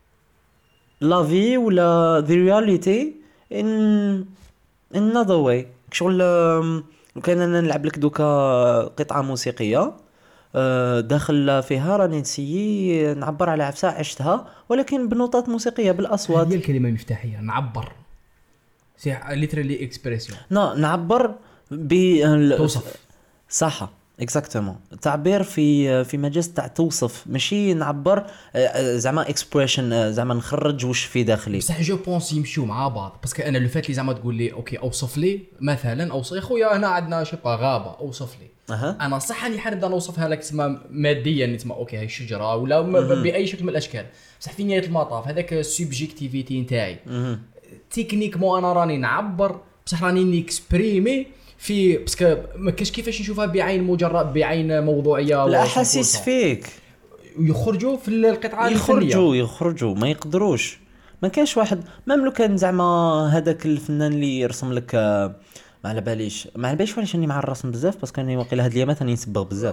لا في ولا the reality in another way. شغل لو كان انا نلعب لك دوكا قطعه موسيقيه داخل فيها راني نسيي نعبر على عفسه عشتها، ولكن بنوتات موسيقيه بالاصوات. هي الكلمه المفتاحيه، نعبر، سي ليترالي اكسبريسيون. نعبر توصف، صح اكزاكتومون. تعبير في مجال تاع توصف، ماشي نعبر زعما اكسبريشن، زعما نخرج واش في داخلي. بصح جو بونس يمشيو مع بعض، باسكو انا لو فات لي زعما تقول لي اوكي اوصف لي مثلا، اوصف يا خويا هنا عندنا شقه غابه، اوصف لي. انا صح اني حنبدا نوصفها لك تسمى ماديا، تسمى اوكي هاي شجره ولا باي شكل من الاشكال، بصح في نهايه المطاف هذاك السوبجيكتيفيتي نتاعي تكنيك مو انا راني نعبر، بصح راني نيكسبريمي في باسكو ما كاش كيفاش نشوفها بعين مجرد، بعين موضوعيه. الاحاسيس فيك يخرجوا في القطعه الفنيه، يخرجوا ما يقدروش. ما كاش واحد مام لو كان زعما هذاك الفنان اللي يرسم لك ما على باليش واش راني مع الرسم بزاف، باسكو انا واقيلا هاد اليامات راني نسبغ بزاف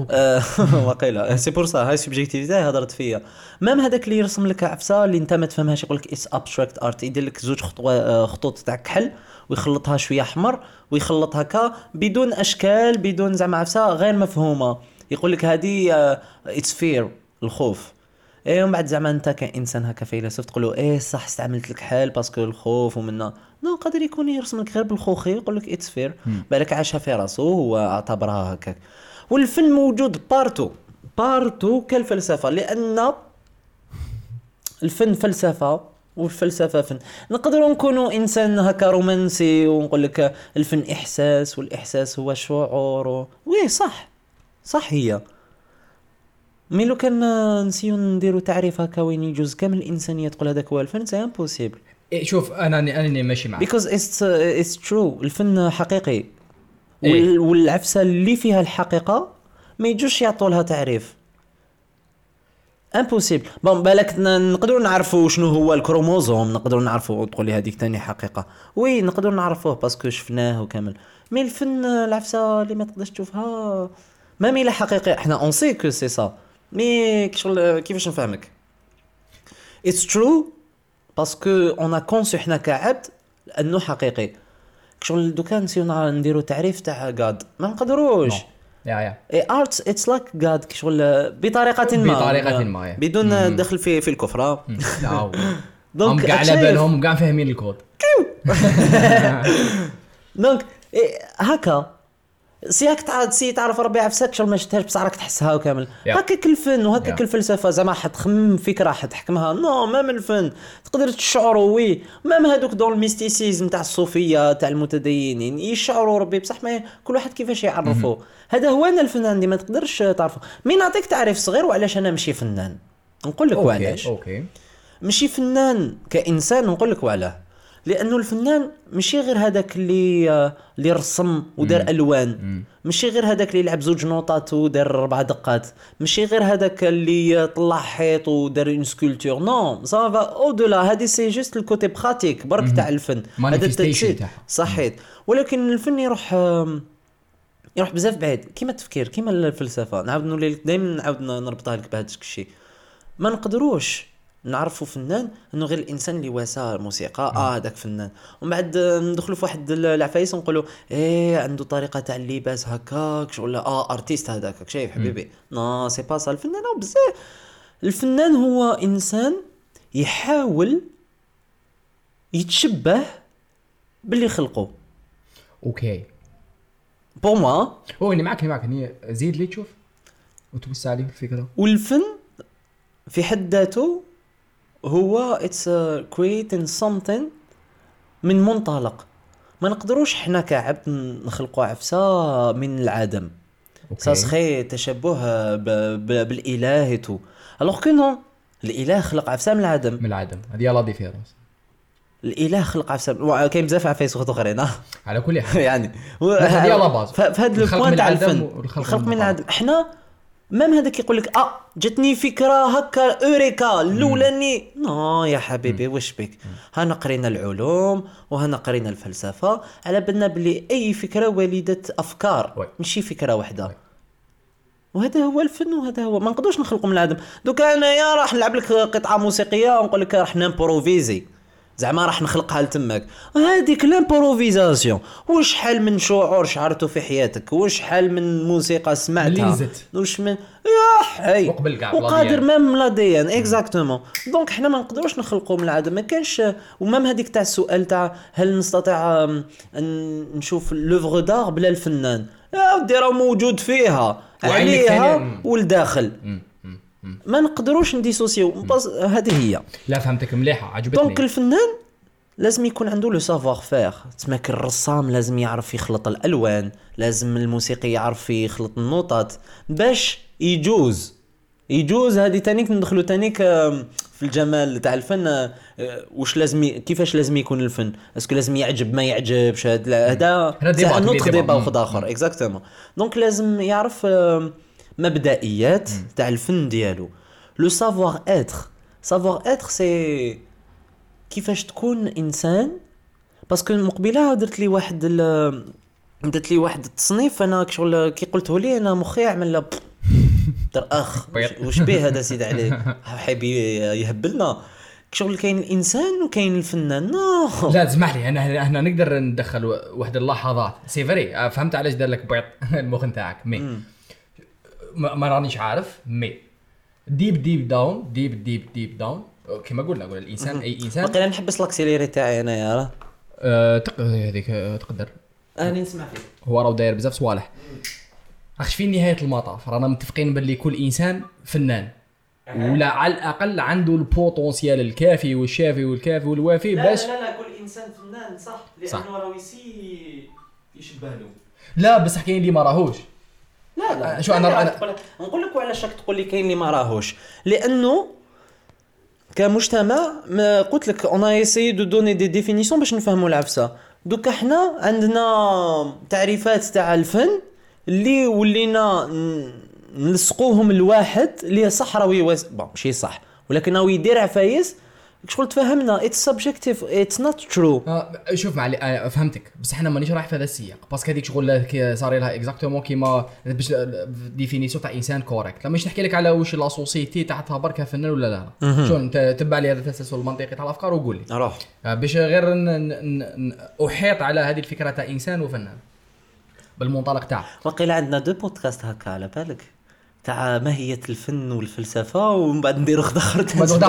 واقيلا سي بور سا هاي سوبجيكتيفيتي هضرت فيا. مام هذاك اللي يرسم لك عفسه اللي انت ما تفهمهاش، يقول لك اتس ابستراكت ارت، يدير لك زوج خطوط تاع كحل ويخلطها شويه احمر ويخلط هكا بدون اشكال، بدون زعما عفسه غير مفهومه. يقول لك هذه اتس فير، الخوف. ومن بعد زعما انت كانسان هكا فيلسوف تقول له صح استعملت لك حال باسكو الخوف ومنا قادر يكون يرسم لك غير بالخوخي، يقول لك اتس فير، بالك عاشها في راسو هو اعتبرها هكاك. والفن موجود بارتو كالفلسفه، لان الفن فلسفه والفلسفه فن. نقدروا نكونوا انسان هكا رومانسي ونقول لك الفن احساس، والاحساس هو شعور وي صح هي. مي لو كان نسيو نديروا تعريف هكا وين يجوز كامل الانسانيه تقول هذاك هو الفن، سي امبوسيبل. شوف انا ماشي معك because it's true. الفن حقيقي والعفسه اللي فيها الحقيقه ما يجوش يعطوا لها تعريف، امبوسيبل. بون بالك نقدروا نعرفوا شنو هو الكروموزوم، نقدروا نعرفوا تقول لي هذيك ثاني حقيقه، وي نقدروا نعرفوه باسكو شفناه وكامل. مي الفن العفسه اللي ما تقدرش تشوفها ما ميلا حقيقي. احنا اون سي كو سي سا، مي كيفاش نفهمك؟ it's true باسكو اون ا كونسي حنا كعبد انه حقيقي. شغل دوكا نسيو نديرو تعريف تاع غاد ما نقدروش. يا ارتس اتس لايك غاد، شغل بطريقه ما بدون دخل في الكفره. دونك كاع على بالهم كاع فاهمين الكود. دونك هكا سياك تعرف ربي عفسك شغل ما شفتهاش بصح راك تحسها وكامل. هكاك الفن وهكاك الفلسفه، زعما حد تخمم فكره حد تحكمها ما من الفن تقدر تشعروا. وي مام هذوك دون الميستيسيزم تاع الصوفيه تاع المتدينين يشعروا ربي، بصح ما كل واحد كيفاش يعرفه. هذا هو انا الفنان اللي ما تقدرش تعرفه. مي نعطيك تعريف صغير وعلاش انا ماشي فنان، نقول لك وعلاش. ماشي فنان كانسان، نقول لك وعلاه. لانه الفنان ماشي غير هذاك اللي رسم ودار الوان، ماشي غير هذاك اللي لعب زوج نوطات ودار 4 دقات، ماشي غير هذاك اللي طلع حيط ودار اون سكولتور. نو سا فا او دولا، هذه سي جوست الكوتي براتيك برك تاع الفن، هذا التجسيد صحيت. ولكن الفن يروح بزاف بعيد، كيما التفكير كيما الفلسفه. نعاود نولي لك دائما نعاود نربطها لك بهذا الشيء. ما نقدروش نعرفوا فنان انه غير الانسان اللي واسع موسيقى هذاك فنان، ومن بعد ندخلوا في واحد العفايس ونقولوا عنده طريقه تاع اللباس هكاك شغل ارتيست هذاك شايف حبيبي. نو سي با سا. الفنان بزاف، الفنان هو انسان يحاول يتشبه باللي خلقه. اوكي بوما هو اني معك هني زيد لي تشوف وتوسع لي الفكره. والفن في حد ذاته هو it's creating something من منطلق ما نقدروش احنا كعبد نخلقوا عفسه من العدم. ساسخي تشبه بالاله تو الوغ كو نو الاله خلق عفسه من العدم. هذه لا ديفيرونس. الاله خلق عفسه كاين بزاف عفايس اخرين على كل حال يعني هذه لا باز فهاد لو بوين تاع الفن الخلق من العدم. احنا مام هذاك يقول لك جاتني فكره هكا اوريكا الاولاني نو يا حبيبي واش بك هانا قرينا العلوم وهنا قرينا الفلسفه على بالنا بلي اي فكره والده افكار ماشي فكره واحده. وهذا هو الفن وهذا هو ما نقدرش نخلقوا من العدم. دوكا انايا راح نلعب لك قطعه موسيقيه ونقول لك راح نمبروفيزي زعما راح نخلقها لتمك. هذيك الامبروفيزاسيون واش حال من شعور شعرته في حياتك واش حال من موسيقى سمعتها واش من يا حي وقادر مام لا ديان اكزاكتومون. دونك حنا ما نقدروش نخلقوا من العدم. ما كانش ومام هذيك تاع السؤال تاع هل نستطيع ان نشوف لوفغ دار بلا الفنان يا ودي راه موجود فيها عليها والداخل ما نقدروش نديسوسيو. هذه هي. لا فهمتك مليحه عجبتني. دونك الفنان لازم يكون عنده لو سافوار فير. تسمك الرسام لازم يعرف يخلط الالوان لازم الموسيقي يعرف يخلط النوتات باش يجوز هذه تانيك ندخلوا تانيك في الجمال تاع الفن. واش لازم كيفاش لازم يكون الفن اسكو لازم يعجب ما يعجبش هذا نوتر ديبا واحد اخر اكزاكتومون. دونك لازم يعرف مبدئيات تاع الفن ديالو. لو سافوار اتر سي كيفاش تكون انسان. باسكو مقبله درت لي واحد التصنيف انا شغل كي قلته لي انا مخي عمل در واش به هذا سيد عليك حبيبي يهبلنا شغل. كاين الانسان وكاين الفنان. لا تسمح لي انا نقدر ندخل واحد اللحظات سي فري فهمت علاش دار لك بيض المخ نتاعك مي ما رانيش عارف مي ديب داون كما قلنا الانسان اي انسان باقي نحبس لاكسيليري تاعي انا يا راه هذيك تقدر انا نسمع فيك. هو راه داير بزاف صوالح اخش في نهايه المطاف رانا متفقين باللي كل انسان فنان ولا على الاقل عنده البوتنسيال الكافي والشافي والكافي والوافي باش لا كل انسان فنان صح لانه راه يشبه له. لا بس كاين اللي ما راهوش. لا شو انا نقول لك وعلاش تقول لي كاين اللي ما راهوش. لانه كمجتمع ما قلت لك اون ايساي دو دوني دي ديفينيسيون باش نفهموا العفسه. دوك احنا عندنا تعريفات تاع الفن اللي ولينا نلصقوهم الواحد اللي صح راوي ماشي صح ولكن راهو يدير عفايس شغل تفهمنا اتس سبجكتيف اتس نوت ترو. شوف معلي فهمتك بس احنا مانيش رايح في هذا السياق باسكو هذيك شغل صار لها اكزاكتومون كيما باش ديفينيسيون تاع انسان كوريكت. لما نحكي لك على واش لا سوسيتي تاعها برك فنان ولا لا شو انت تبع لي هذا التسلسل المنطقي تاع الافكار وقول لي روح باش غير احيط على هذه الفكره تاع انسان وفنان بالمنطلق تاعه. وقيل عندنا دو بودكاست هكا على بالك تاع ماهيه الفن والفلسفه ومن بعد نديروا خضر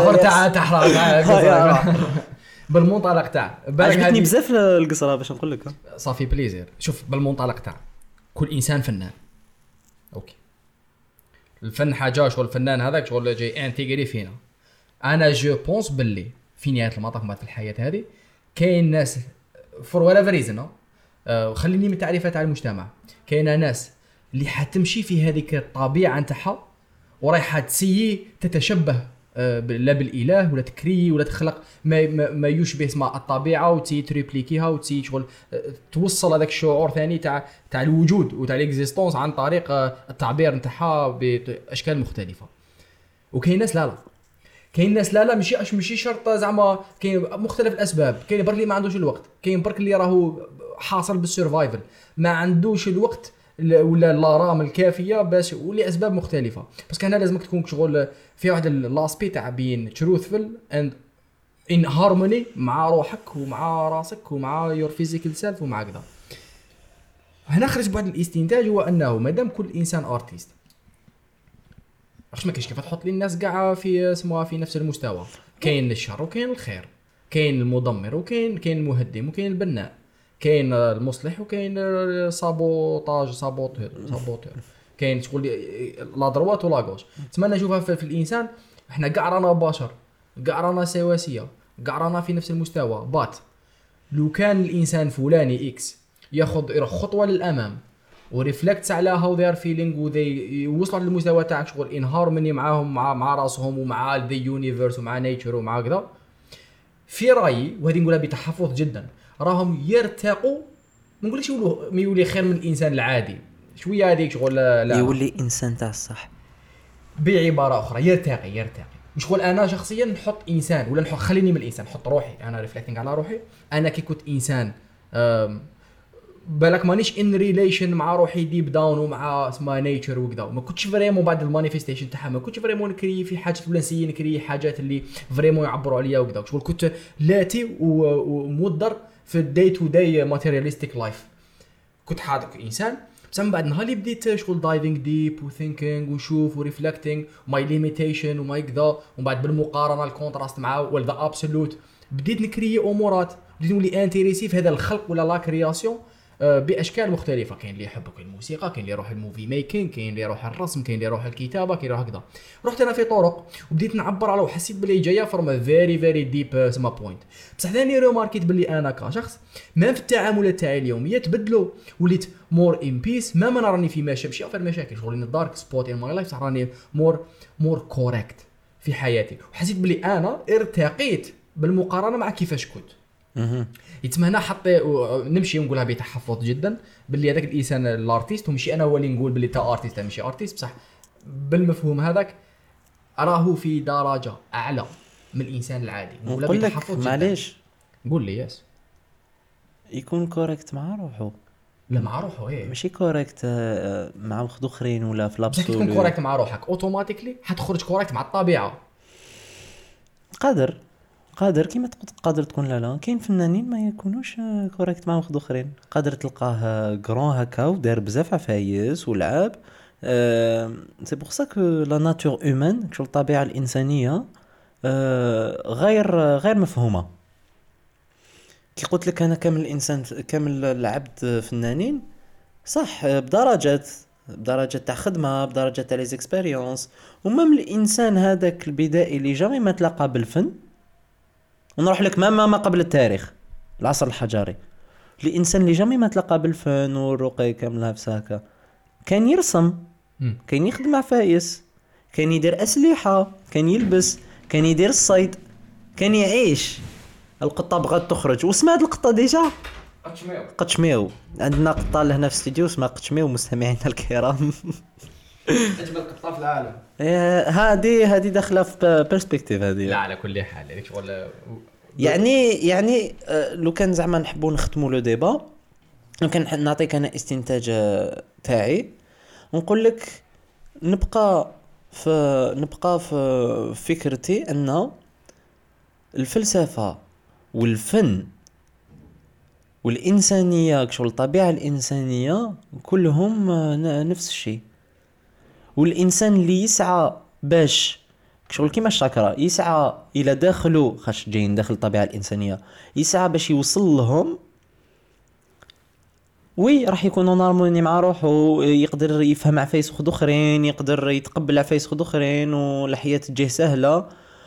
تاع بالمنطلق تاع عجبتني بزاف القصره باش نقول لك صافي بليزير. شوف بالمنطلق تاع كل انسان فنان اوكي الفن حاجه شغل الفنان هذاك شغل جاي انتيغري فينا. انا جو بونس باللي في نهايه المطاف في الحياه هذه كاين ناس فور ولا فريزن خليني من التعريفات تاع المجتمع كاين ناس اللي حتمشي في هذيك الطبيعه نتاعها ورايحه تسيي تتشبه لا بالاله ولا تكري ولا تخلق ما يشبه اسمها الطبيعه وتي تريبليكيها وتي شغل توصل هذاك الشعور ثاني تاع الوجود وتاع الاكزيستونس عن طريق التعبير نتاعها باشكال مختلفه. وكاين ناس لا ماشي شرط زعما كاين مختلف الاسباب. كاين برك اللي ما عندوش الوقت كاين برك اللي راهو حاصل بالسيرفايفل ما عندوش الوقت ولا الرام الكافيه باش ولي اسباب مختلفه. بس هنا لازمك تكون شغل في واحد لاسبي تاع بين تروثفل اند ان هارموني مع روحك ومع راسك ومع يور فيزيكال سيلف ومع كذا. هنا خرج بعض الاستنتاج هو انه مادام كل انسان ارتيست واش ما كاينش كيف تحط لي الناس كاع في اسمها في نفس المستوى. كاين الشر وكاين الخير، كاين المدمر وكاين المهدم وكاين البناء، كاين المصلح وكاين سابوتور كاين تقول لي لا دروات ولا غوش. نتمنى نشوفها في الانسان احنا كاع رانا بشر، كاع رانا سواسيه، كاع رانا في نفس المستوى. بات لو كان الانسان فلاني اكس ياخذ خطوه للامام وريفلكت على هاو ذي ار فيلينغ ويوصلوا للمستوى تاعك شغل ان هارموني معاهم مع راسهم ومع ذا يونيفرس ومع نيتشر ومع كذا، في رايي وهذه نقولها بتحفظ جدا راهم يرتقوا. ما نقولكش يولي خير من الانسان العادي شويه هذيك شغل لا يولي انسان تاع الصح. بعباره اخرى يرتقي مش شغل انا شخصيا نحط انسان ولا نحط خليني من الانسان نحط روحي انا ريفلكتينغ على روحي. انا كي كنت انسان بالك مانيش ان ريليشن مع روحي ديب داون ومع اسمها نيتشر وكذا، ما كنتش فريمون بعد المانيفيستيشن تاعها ما كنتش فريمون نكري في حاجات فلانسيه نكري حاجات اللي فريمون يعبروا عليا وكذا. شغل كنت لاتي ومودر في الداي تو داي ماتيرياليستيك لايف، كنت حاضر انسان. بس من بعد نهار اللي بديت شغل دايفينغ ديب وثينكينغ ونشوف وريفلكتينغ ماي ليميتيشن وماي كذا، ومن بعد بالمقارنه الكونتراست معاه ولا ذا ابسولوت بديت نكري امورات، بديت نولي انتريسي في هذا الخلق ولا لا كرياسيون باشكال مختلفه. كاين اللي يحب الموسيقى، كاين اللي يروح الموفي ميكينغ، كاين اللي يروح الرسم، كاين اللي يروح الكتابه، كاين يروح كذا. رحت انا في طرق وبديت نعبر على وحسيت بلي جايه فروم فيري ديب سما بوينت. بصح ثاني ريماركيت بلي انا كشخص ما في التعاملات تاعي اليوميه تبدلوا، وليت مور ان بيس. ما راني في ماشي في المشاكل شغل ان دارك سبوت ان ماي لايف، صح راني مور كوريكت في حياتي، وحسيت بلي انا ارتقيت بالمقارنه مع كيفاش كنت. يتمنى حتى نمشي ونقولها بتحفظ جدا باللي هذاك الانسان الارتيست، ومشي انا هو اللي نقول باللي تا ارتيست ماشي ارتيست، بصح بالمفهوم هذاك اراه في درجه اعلى من الانسان العادي. نقول لك معليش قول لي ياس يكون كوريكت مع روحه، لا مع روحه ايه ماشي كوريكت مع واحد اخرين ولا في لابسول. تكون كوريكت مع روحك اوتوماتيكلي حتخرج كوريكت مع الطبيعه. قادر كيما قادر تكون لا كاين فنانين ما يكونوش كوريكت مع واحد اخرين، قادر تلقاه غران هكا ودار بزاف عفايس ولعب. سي بور سا كو لا ناتور هيومان شغل الطبيعه الانسانيه غير مفهومه. كي قلت لك انا كامل الانسان كامل العبد فنانين صح بدرجات تاع خدمه، بدرجات تاع لي زيكسبيريونس. ومام الانسان هذاك البدائي اللي جامي ما تلاقى بالفن، ونروح لك ما قبل التاريخ العصر الحجري، الانسان اللي جامي ما تلاقى بالفن والرقي كاملها في ساكا، كان يرسم، كان يخدم عفايس، كان يدير اسلحه، كان يلبس، كان يدير الصيد، كان يعيش. القطه بغات تخرج واسمها هاد القطه ديجا قطشميو. عندنا قطه لهنا في الاستديو اسمها قطشميو. مستمعينا الكرام اجمل قطه في العالم هذه داخله في بيرسبكتيف هذه. لا على كل حال هذيك شغل يعني لو كان زعما نحبوا نختموا لو ديبا، لو كان نعطيك انا استنتاج تاعي ونقول لك نبقى في فكرتي ان الفلسفه والفن والانسانيه شغل الطبيعه الانسانيه كلهم نفس الشيء. والانسان اللي يسعى باش شغل كيما الشاكرا يسعى الى داخله خاش جايين داخل الطبيعه الانسانيه، يسعى باش يوصل لهم راح يكون هارموني مع روحه، يقدر يفهم عفايس خد اخرين، يقدر يتقبل عفايس خد اخرين، والحياه تجيه سهله.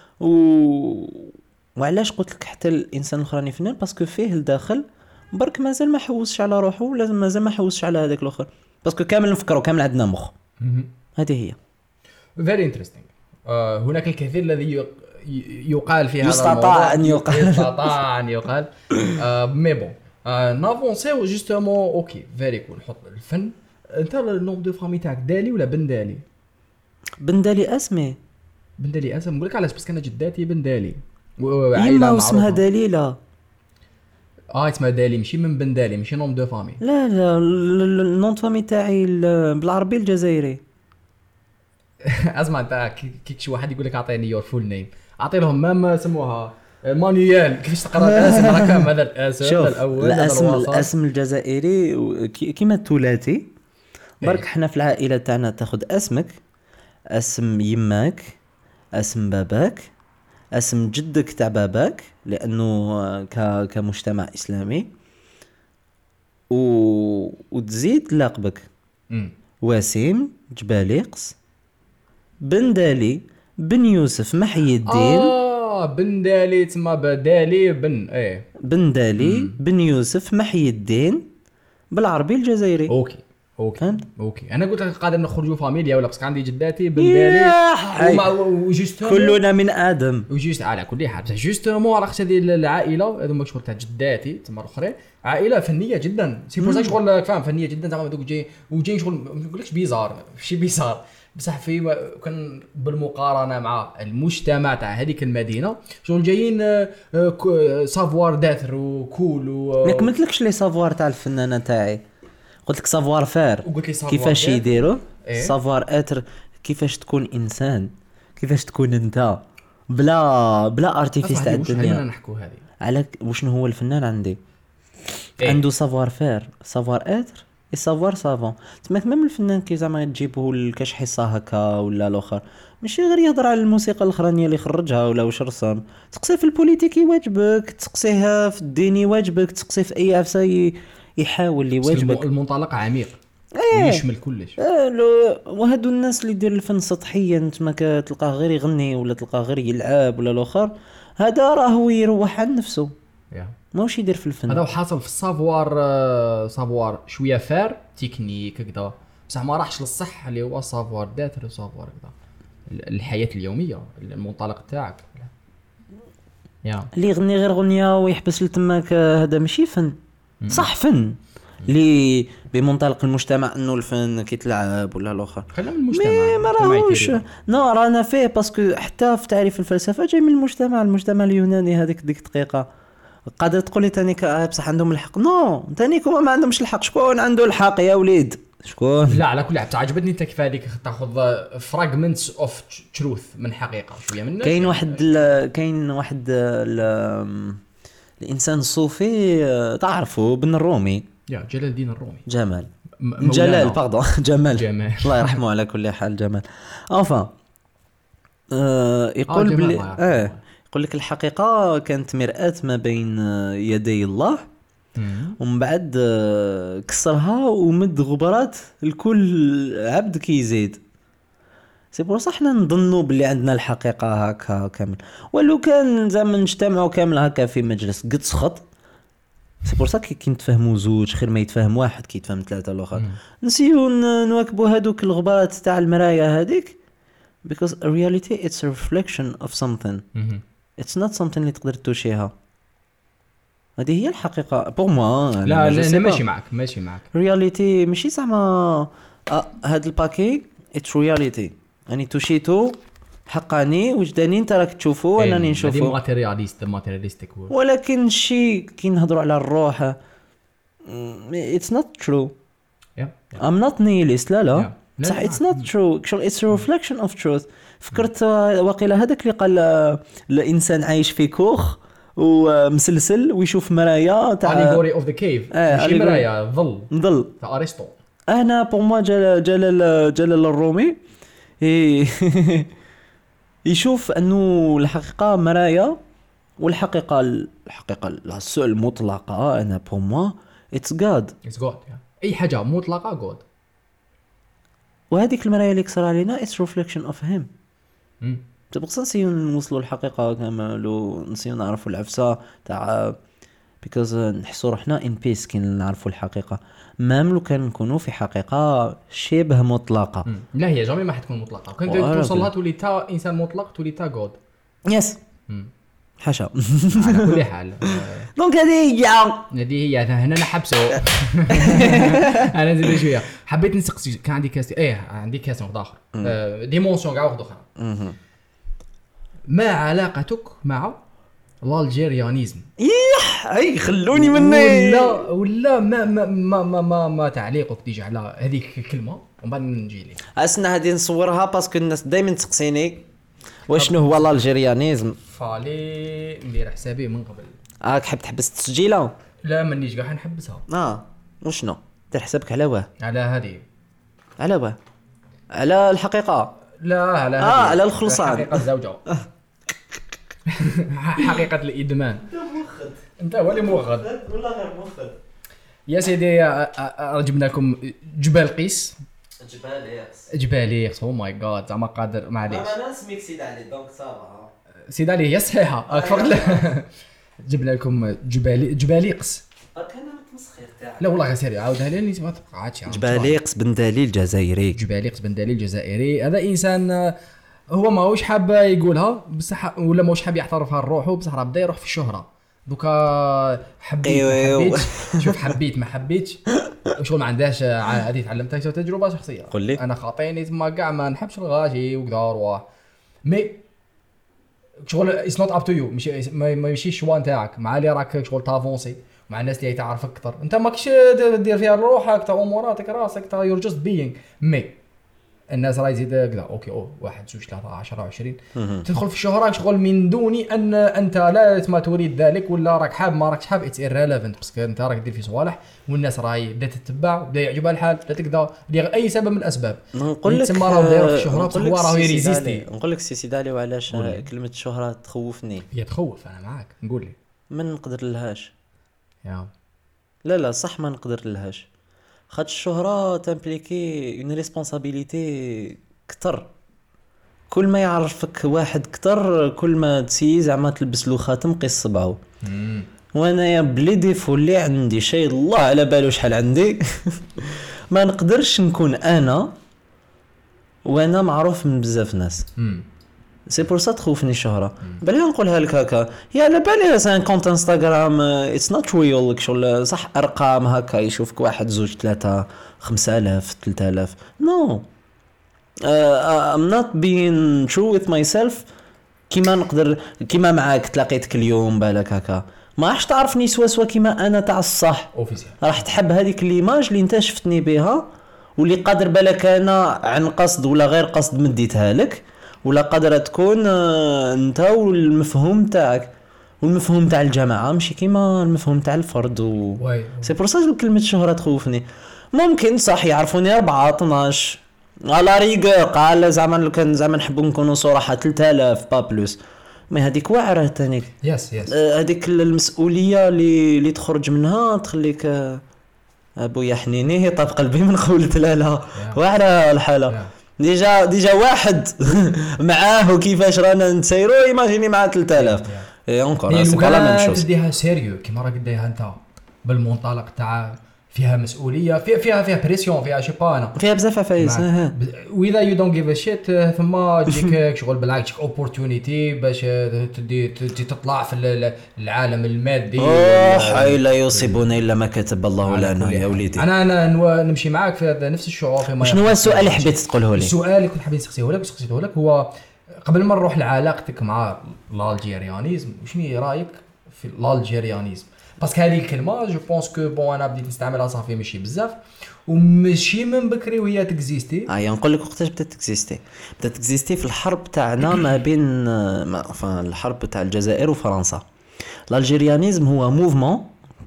وعلاش قلت لك حتى الانسان الاخراني فنان؟ باسكو فيه الداخل برك مازال ما حوسش على روحه، لازم مازال ما حوسش على هذاك الاخر، باسكو كامل نفكروا كامل عندنا مخ. هذه هي very interesting. هناك الكثير الذي يقال في هذا يستطاع أن يقال مي بون نافونسيو جوستومون. اوكي فيري كول. نحط الفن. انت النوم دو فامي تاعك دالي ولا بندالي؟ بندالي اسمي نقول لك علاش، بس كان جداتي بندالي وعائله اسمها دليله. اسمها دالي ماشي من بندالي، ماشي نوم دو فامي. لا النوم دو فامي تاعي بالعربي الجزائري. اسمع انت كي شي واحد يقول لك اعطيني يور فول نيم، اعطي لهم ما سموها مانويال كيفاش تقرا الاسم راك هذا الاسم الاول. الاسم الجزائري كيما الثلاثي برك حنا في العائله تاعنا تاخذ اسمك اسم يماك، اسم باباك، اسم جدك تاع باباك لانه كمجتمع اسلامي، وتزيد لقبك وسيم جباليقس بن دالي بن يوسف محي الدين. بن دالي تما بدالي بن بن دالي بن يوسف محي الدين بالعربي الجزائري. اوكي انا قلت لك قادر نخرجوا فاميليا ولا بس عندي جداتي بن دالي وجوست كلنا من ادم وجوست على كل حال. بصح جوستومون راه هذه العائله هذوما شغل تاع جداتي تما الاخرين عائله فنيه جدا. سي بور شغل فاهم فنيه جدا زعما دوك جاي شغل ما نقولكش بيزار شي بيزار بصح في كان بالمقارنه مع المجتمع تاع هذيك المدينه شغل جايين سافوار داتر وكول ما كملتلكش لي سافوار تاع الفنانه تاعي. قلت لك سافوار فير كيفاش يديروا سافوار اتر كيفاش تكون انسان كيفاش تكون انت بلا ارتيفيس تاع الدنيا. خلينا نحكوا هذه على وشنو هو الفنان عندي عنده سافوار فير سافوار اتر السافوار سافون. تمام الفنان كي زعما تجيبه لكاش حصه هكا ولا الاخر ماشي غير يهضر على الموسيقى الاخرانيه اللي خرجها ولا واش رسم. تقصيه في البوليتيكي واجبك تقصيه في الديني واجبك تقصيه في اي عفسه يحاول اللي واجبك. المنطلق عميق يشمل كلش. وهادو الناس اللي يدير الفن سطحيا انت تلقاه غير يغني ولا تلقاه غير يلعب ولا الاخر هذا راهو يروح عن نفسه ماهوش يدير في الفن. هذا حاصل في سافوار شويه فار تكنيك كذا بصح ما راحش للصح اللي هو سافوار داتر وسافوار كذا الحياه اليوميه المنطلق تاعك اللي يغني غير غنيه ويحبس لتماك هذا ماشي فن. صح فن اللي بمنطلق المجتمع انه الفن كيتلعب ولا الاخر خلينا من المجتمع ما راهوش رانا فيه باسكو حتى في تعريف الفلسفه جاي من المجتمع اليوناني. هذيك ديك دقيقه قادر تقول لي تاني بصح عندهم الحق نو تاني ما عندهمش الحق. شكون عنده الحق يا وليد شكون؟ لا على كل حال تعجبتني انت كيف هذيك تاخذ فراغمنتس اوف تروث من حقيقه شويه من كاين واحد الانسان الصوفي تعرفوا بن الرومي جلال الدين الرومي جلال باردون جمال الله يرحمه على كل حال جمال enfin يقول بلي يقول لك الحقيقه كانت مرآة ما بين يدي الله ومن بعد كسرها ومد غبرات الكل عبد كيزيد. سي بور صح حنا نظنوا باللي عندنا الحقيقه هكا كامل ولو كان زعما نجتمعوا كامل هكا في مجلس قد سخط. سي بور صح كي نتفاهموا زوج خير ما يتفاهم واحد كي يتفاهم ثلاثه الاخر. نسيو نواكبوا هذوك الغبرات تاع المرايا هذيك because reality it's a reflection of something it's not something اللي تقدر توشيها. هذه هي الحقيقه بور موا. لا ماشي معك reality ماشي زعما هذا الباكي it's reality يعني توشيتو حقاني وجداني انت راك تشوفه وانا نشوفه ماتيرياليستيك ولكن شيء كي نهضروا على الروح it's not true I'm not nihilist لا صح it's not true it's a reflection of truth. فكرت واقيلا هذاك اللي قال الانسان عايش في كوخ ومسلسل ويشوف مرايا تاع allegory of the cave ماشي مرايا ظل تاع ارسطو. انا بور ما جلال الرومي يشوف انه الحقيقه مرايا والحقيقه السؤال المطلقه انا بور ما it's God اي حاجه مطلقه God. وهذيك المرايا اللي كسر علينا it's reflection of him. تبقى نسيو نوصلوا الحقيقه كامل ونسيو نعرفوا العفسه تاع because نحسوا روحنا in peace كي نعرفوا الحقيقه مام لو كان نكونوا في حقيقه شبه مطلقه. لا هي جامي ما حتكون مطلقه وكان توصل لها تولي تا انسان مطلق تولي تا God. يس حاشا على كل حال دونك هذه هي هنا نحبسوا. انا نزيد شويه حبيت نسقسي كان عندي كاس عندي كاس واحد اخر ديمونسيون كاع واحد اخر. ما علاقتك مع الالجيريانيزم؟ اي خلوني مني ولا ما تعليقك تيجي على هذيك الكلمه ومن بعد نجي لك اسنا هذه نصورها باسكو الناس دائما تسقسيني واشنو هو الالجيريانيزم. فالي ندير حسابي من قبل. حاب تحبس التسجيله؟ لا مانيش كاع نحبسها. وشنو دير حسابك على واه؟ على هذه على واه على الحقيقه لا على الخلصان. حقيقة الزوجة. حقيقة الإدمان. انت هو اللي موغد ولا غير موغد يا سيدي. جبنا لكم جبال قيس. جبال قيس او ماي جاد زعما قادر معليش انا سميت سيد علي دونك صافا. سيد علي هي صحيحه فرق. جبنا لكم جباليقس. كان متمسخر تاعك. لا والله سيري عاودها لي ما تبقعاتش. جباليقس بن دليل الجزائري. جباليقس بن دليل الجزائري هذا انسان هو ماهوش حاب يقولها بصح ولا ماهوش حاب يعترفها لروحه بصح راه بدا يروح في الشهره دوكا. حبيت شوف حبيت ما حبيتش شغل ما عندهاش هذه تعلمتها تجربه شخصيه. قل لي انا خاطيني تما كاع ما نحبش الغاشي وكذا روح مي شغل اتس نوت اب تو يو ماشي الشوا نتاعك مع اللي راك شغل تافونسي مع الناس اللي تعرفك اكثر. انت ماكش دير فيها روحك تا اموراتك راسك تا يور جاست بينج مي الناس راهي يزيد كذا اوكي 1 2 3 10 20 تدخل في الشهره شغل من دون ان انت لا ما تريد ذلك ولا راك حاب ما راكش حاب اتس ايرليفنت باسكو انت راك دير في صوالح والناس راهي بدات تتبع بدا يعجبها الحال بدا تكذا لاي سبب من الاسباب. نقول لك تما راه داير في الشهره هو راه يريزيستي. نقول لك سي دالي وعلاش كلمه الشهره تخوفني. هي تخوف انا معاك نقول لي ما نقدر لهاش يا لا صح ما نقدر لهاش خاطر الشهرة تمبليكي اون ريسبونسابيلتي كتر. كل ما يعرفك واحد كتر كل ما تسي زعما تلبس له خاتم قيس صبعه. وانا يا بلي ديفو اللي عندي شيء الله على باله شحال عندي. ما نقدرش نكون انا وانا معروف من بزاف ناس. سي بور سا تخوفني الشهرة. بلي نقولها لك هكا يا على بالي سان كونت انستغرام اتس نوت ريل شغل صح ارقام هكا يشوفك 1 2 3 5000 3000 نو I'm not being true with myself. كيما نقدر كيما معاك تلاقيتك اليوم بالك هكا ما راحش تعرفني سوا كيما انا تاع الصح راح تحب هذيك ليماج اللي انت شفتني بها واللي قادر بالك انا عن قصد ولا غير قصد مديتها لك ولا قادرة تكون انت والمفهوم تاعك والمفهوم تاع الجماعة ماشي كيما المفهوم تاع الفرد سي بور سا كلمة الشهرة تخوفني. ممكن صح يعرفوني 4 12 على ريغور قال زعما لو كان زعما نحبوا نكونوا صراحة 3000 با بلوس ما هذيك واعرة تانيك. يس هذيك المسؤولية اللي تخرج منها تخليك ابويا حنيني طاب قلبي من قولت لا واعرة الحالة. ديجا واحد معاه وكيفاش رانا نسيرو ايماجيني مع 3000 اونكور سي با لا ميم شوز. تديها سيريو كيما راك ديها انت بالمنطلق تاع فيها مسؤوليه فيها بريسيون فيها شي با انا فيها بزاف عفايس واذا يو دونت جيف ا شيت ثم تجيك شغل بالعكس اوبورتونيتي باش تدي تطلع في العالم المادي. حي لا يصيبون الا ما كتب الله لنا يا وليدي. انا نمشي معاك في هذا نفس الشعور. شنو هو السؤال اللي حبيت تقوله لي؟ السؤال اللي كنت حبيت نسقسيه لك هو قبل ما نروح لعلاقتك مع الالجيريانيزم وشنو رايك في الالجيريانيزم باسكو هذه الكلمه جو بونس كو بون انا بديت نستعملها صافي ماشي بزاف وماشي من بكري وهي تكزيستي. نقول لك وقتاش بدات تكزيستي في الحرب تاعنا ما بين الحرب تاع الجزائر وفرنسا. الالجيريانيزم هو موفمون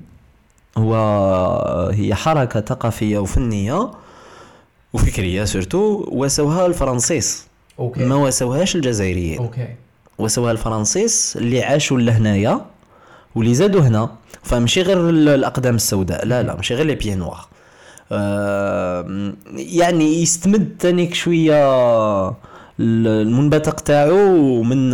هي حركه ثقافيه وفنيه وفكريه سورتو وسوها الفرنسيس ما وسوهاش الجزائريين. وسوها الفرنسيس اللي عاشوا لهنايا واللي زادوا هنا فمشي غير الاقدام السوداء لا مشي غير لي بيي نوار. يعني يستمد تانيك شويه المنبثق تاعو من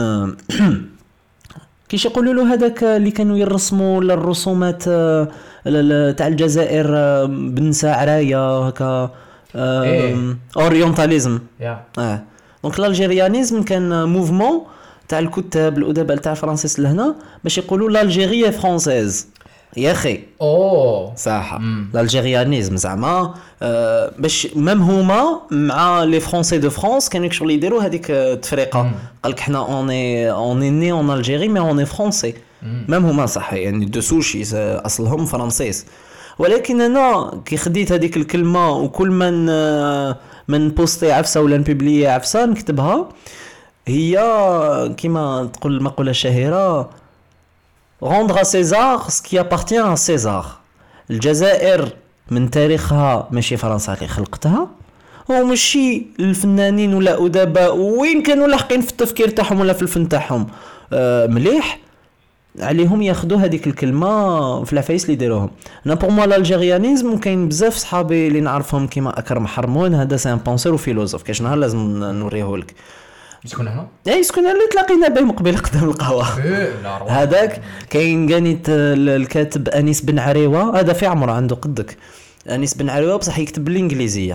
كيش يقولوا له هذاك اللي كانوا يرسموا للرسومات تاع الجزائر بنساء عرايه هكا اورينتاليزم. دونك الالجيريانيزم كان موفمون تاع الكتاب الادباء تاع الفرنسيس لهنا باش يقولوا لالجيريا فرانسيز يا اخي صح الالجيريانيزم زعما باش ميم هما مع لي فرونسي دو فرانس كانوا شغل يديروا هذيك التفرقه قالك حنا اوني ني اون الجيري مي اوني فرونسي ميم هما صح يعني دو سوشي اصلهم فرنسيس. ولكن انا كي خديت هذيك الكلمه وكل من بوستي عفسه ولا نبوبلي عفسه نكتبها هي كيما تقول المقوله الشهيره rendre à César ce qui appartient à César. الجزائر من تاريخها ماشي فرنسا اللي خلقتها هو ماشي الفنانين ولا ادباء وين كانوا لاحقين في التفكير تاعهم ولا في الفن تاعهم مليح عليهم ياخذوا هذيك الكلمه في العفايس اللي يديروهم. انا بور موا الالجيريانيزم كاين بزاف صحابي اللي نعرفهم كيما اكرم حرمون، هذا سان بونسور وفيلوزوف، كاش نهار لازم نوريه لك. شكون هنا؟ شكون اللي تلاقينا به مقبل قدام القهوه هذاك كاين كانيت الكاتب انيس بن عريوه، هذا في عمره عنده قدك انيس بن عريوه بصح يكتب بالانجليزيه.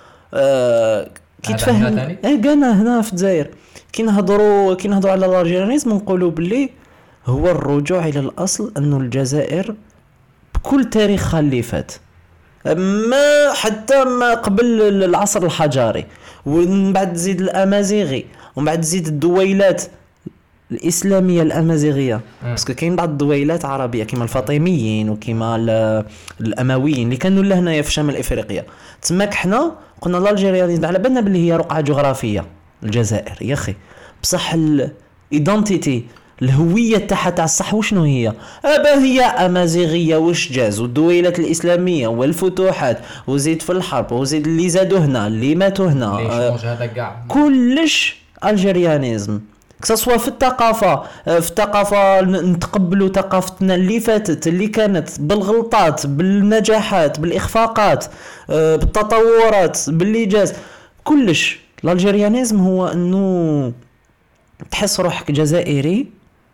كي تفهم قالنا هنا في الجزائر كي نهضروا على الالجيريانيزم نقولوا باللي هو الرجوع الى الاصل، انه الجزائر بكل تاريخها اللي فات ما حتى ما قبل العصر الحجري ومن بعد تزيد الامازيغي ومن بعد تزيد الدويلات الاسلاميه الامازيغيه، باسكو كاين بعض الدويلات عربيه كيما الفاطميين وكيما الامويين اللي كانوا لهنايا في شمال افريقيا. تماك حنا قلنا الالجيريانيين على بالنا باللي هي رقعه جغرافيه الجزائر يا اخي، بصح الايدنتيتي الهويه تاعها الصح وشنو هي؟ هي امازيغيه واش جاز والدويلات الاسلاميه والفتوحات وزيد في الحرب وزيد اللي زادوا هنا اللي ماتوا هنا هذا كاع كلش الجيريانيزم. كسوا في الثقافه نتقبلوا ثقافتنا اللي فاتت اللي كانت بالغلطات بالنجاحات بالاخفاقات بالتطورات باللي جاز كلش. الالجيريانيزم هو انه تحس روحك جزائري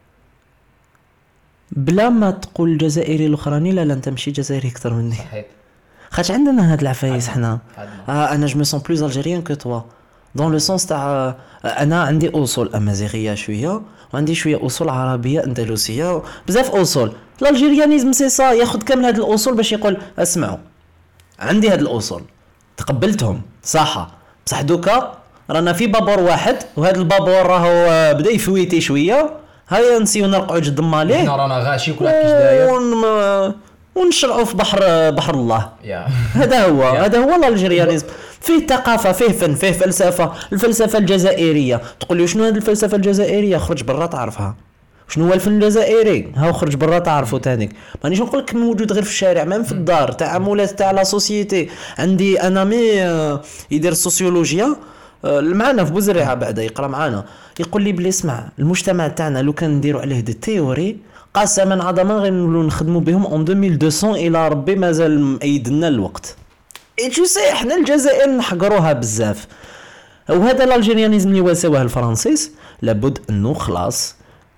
بلا ما تقول الجزائري الاخراني لا انت ماشي جزائري اكثر مني. صحيح. خاطر عندنا هاد العفايس حنا انا جو مي سون بلوز الجيريان كو توا دون لو سونس تاع انا عندي اصول امازيغيه شويه وعندي شويه اصول عربيه اندلسيه بزاف اصول. الالجيريانيزم سي صا ياخذ كامل هاد الاصول باش يقول اسمعوا عندي هاد الاصول تقبلتهم صح، بصح دوكا رانا في بابور واحد وهذا البابور راهو بدا يفويتي شويه، هيا نسيو نرقعوا جد ماليه حنا رانا غاشي كل كيش داير ونشرعوا في بحر الله. هذا هو الالجيريانيزم. فيه ثقافه فيه فن فيه فلسفه. الفلسفه الجزائريه تقول لي شنو هذه الفلسفه الجزائريه؟ خرج برا تعرفها. شنو هو الفن الجزائري؟ هاو خرج برا تعرفه تانيك. مانيش نقول لك موجود غير في الشارع، ما في الدار تعاملات تاع لا سوسيتي. عندي انا مي يدير السوسيولوجيا معنا في بوزريعه بعدا يقرا معنا يقول لي بلي اسمع المجتمع تاعنا لو كان نديروا عليه دي تيوري قسما عظما غير نخدموا بهم اون 2200 الى ربي مازال مأيدنا الوقت. ايشو سي احنا الجزائر نحقروها بزاف. وهذا الالجيريانيزم اللي واسواه الفرنسيس لابد انه خلاص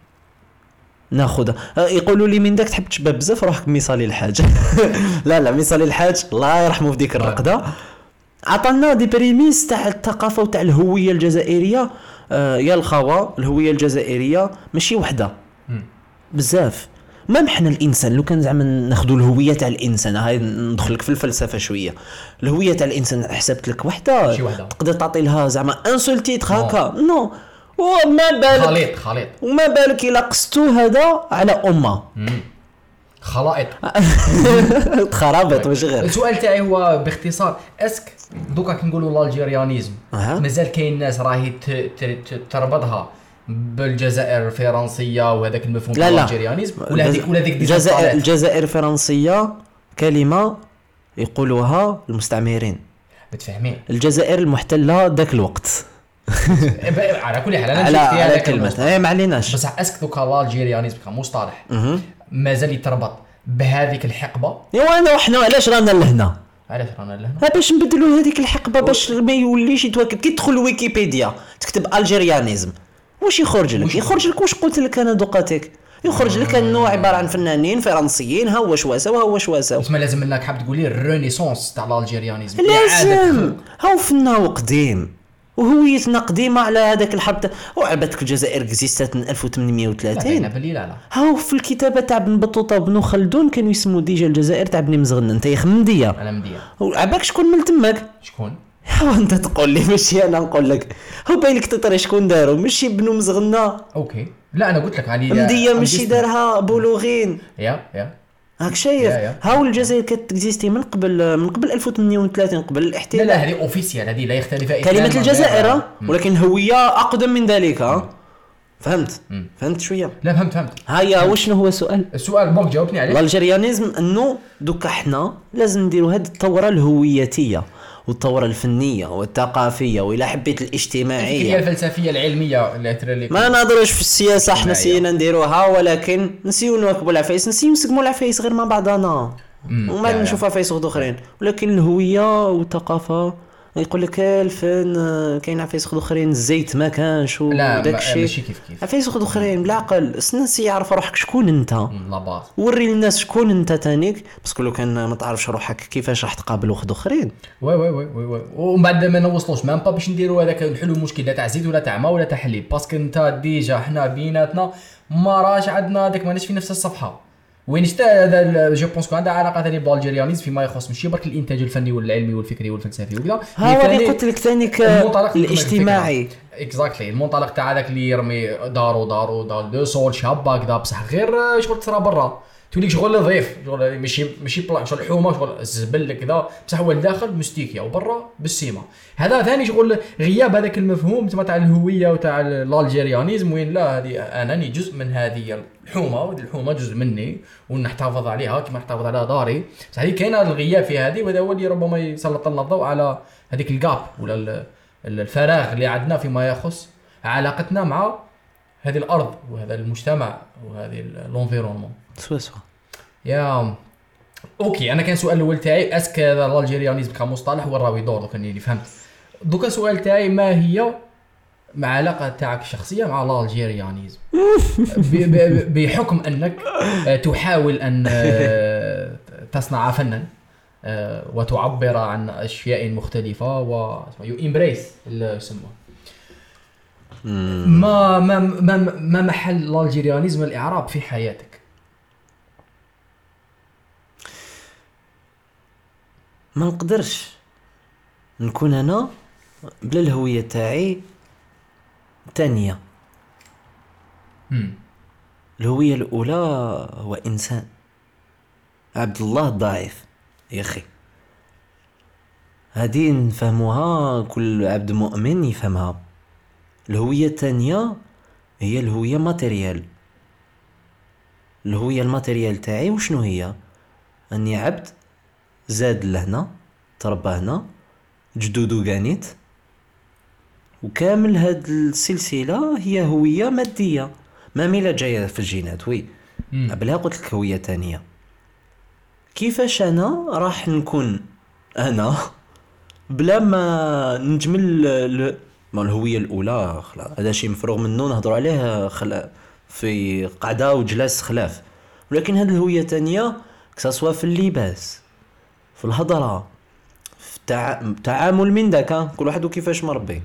ناخذ. يقولوا لي من داك تحب تشباب بزاف روحك ميصالي الحاج لا ميصالي الحاج الله يرحمه في ديك الرقده عطانا دي بريميس تاع الثقافه وتاع الهويه الجزائريه. يا الخوا الهويه الجزائريه ماشي وحده بزاف. ما محنا الانسان لو كان زعما ناخذوا الهويه تاع الانسان هاي ندخلك في الفلسفه شويه. الهويه تاع الانسان حسبت لك وحده تقدر تعطي لها زعما ان سول تيتر هكا نو وما بالك خليط وما بالك الا قستو هذا على امه خلائط خرابط مش غير. السؤال تاعي هو باختصار اسك دوكا كنقولوا الالجيريانيزم مازال كاين ناس راهي تربطها بالجزائر الفرنسيه وهذاك المفهوم تاع الالجيريانيزم ولا ديك الجزائر الفرنسيه كلمه يقولوها المستعمرين متفاهمين. الجزائر المحتله ذاك الوقت على كل حال انا نشوف فيها على كلمه ما عليناش بس اسك دوكا الالجيريانيزم كمصطلح مازال يتربط بهذيك الحقبه. ايوا انا وحنا علاش رانا لهنا باش نبدلوا هذيك الحقبه باش ما يوليش يتواكب. كي تدخل ويكيبيديا تكتب الجيريانيزم واش يخرج لك واش قلت لك انا دوقاتك يخرج لك انه عباره عن فنانين فرنسيين ها واش واساو اسمع لازم لك حاب تقول لي الرينيسونس تاع الالجيريانيزم لازم هاو فنا قديم وهويتنا قديمه على هذاك الحرب وعبتك الجزائر اكزيستات من 1830 لا هاو في الكتابه تاع بن بطوطه وبن خلدون كانوا يسموا ديجا الجزائر تاع بني مزغن. انت يا خمنديه انا مديه وعباك شكون من تماك شكون انت تقول لي ماشي انا نقول لك هو باينك تطري شكون داروا ماشي بنو مزغنه. اوكي لا انا قلت لك علي مديه ماشي دارها بولوغين يا هاك شايف. هاو الجزائر كانت اكزيستي من قبل 1830 قبل الاحتلال. لا هذه اوفيسيال هذه لا يختلف كلمه الجزائر ولكن هويه اقدم من ذلك. فهمت شويه؟ لا فهمت. هيا وشنو هو السؤال ما جاوبتني عليه. الالجيريانيزم انه دوكا حنا لازم نديروا هذه الثوره الهويتيه والثوره الفنيه والثقافيه والى حبيت الاجتماعيه الفلسفيه العلميه اللي ترى ما نهضروش في السياسه حنا سينا نديروها ولكن نسيو نواكبوا العفايس نسيو نسقموا العفايس غير مع بعضنا وما نشوفها عفايس اخرين ولكن الهويه والثقافه يقول لك الفن كاين عفايس اخرين الزيت ما كانش وداك الشيء ماشي كيف عفايس اخرين بالعقل الناس يعرف روحك شكون انت لاباس وري للناس شكون انت تانيك باسكو لو كان ما تعرفش روحك كيفاش راح تقابل واحد اخرين وي ومن بعد ما نوصلوش مام با باش نديروا هذاك نحلوا المشكل لا تاع زيت ولا تاع ماء ولا تاع حليب باسكو انت ديجا حنا بيناتنا ما راش عندنا داك ماناش في نفس الصفحه وين شتا هذا جو بونس كو عندها علاقه ثاني بالجيريانيزم فيما يخص ماشي برك الانتاج الفني والعلمي والفكري والفلسفي وكذا ها اللي قلت لك ثاني الاجتماعي اكزاكتلي المنطلق تاع هذاك اللي يرمي دارو دو سول شابه كذا بصح غير شغل تصرا برا تولي شغل نظيف شغل ماشي بلا شغل الحومه شغل الزبل كذا بصح هو الداخل مستيكيا وبرا بالسيما هذا ثاني شغل غياب هذاك المفهوم تاع الهويه وتاع الالجيريانيزم وين لا هذه انني جزء من هذه الحومه جزء مني ونحتفظ عليها كما نحتفظ على داري صح هي كاينه الغياب في هذه وهذا هو اللي ربما يسلط لنا الضوء على هذيك الجاب ولا الفراغ اللي عندنا فيما يخص علاقتنا مع هذه الارض وهذا المجتمع وهذه الانفيرونمون سوا يا اوكي انا كان السؤال الاول تاعي اسك هذا الالجيريانيزم كمصطلح وين راهو يدور دوك اللي فهمت دوكا السؤال تاعي ما هي مع علاقه تاعك الشخصيه مع الالجيريانيزم بحكم انك تحاول ان تصنع فنا وتعبر عن اشياء مختلفه و يو امبريس اللي يسموه ما محل الالجيريانيزم الاعراب في حياتك ما نقدرش نكون انا بلا الهويه تاعي الثانيه الهويه الاولى هو انسان عبد الله الضعيف يا اخي هذه نفهموها كل عبد مؤمن يفهمها الهويه الثانيه هي الهويه ماتيريال الهويه الماتيريال تاعي وشنو هي اني عبد زاد لهنا تربى هنا جدودو قانيت وكامل هاد السلسله هي هويه ماديه ما ميلا جايه في الجينات وي قبلها قلت لك هويه ثانيه كيفاش انا راح نكون انا بلا ما نجمل ما الهويه الاولى هذا شيء مفروغ منه نهضروا عليه في قعده وجلاس خلاف ولكن هذه الهويه الثانيه كسوا في اللباس في الهضره في التعامل من داك كل واحد وكيفاش مربي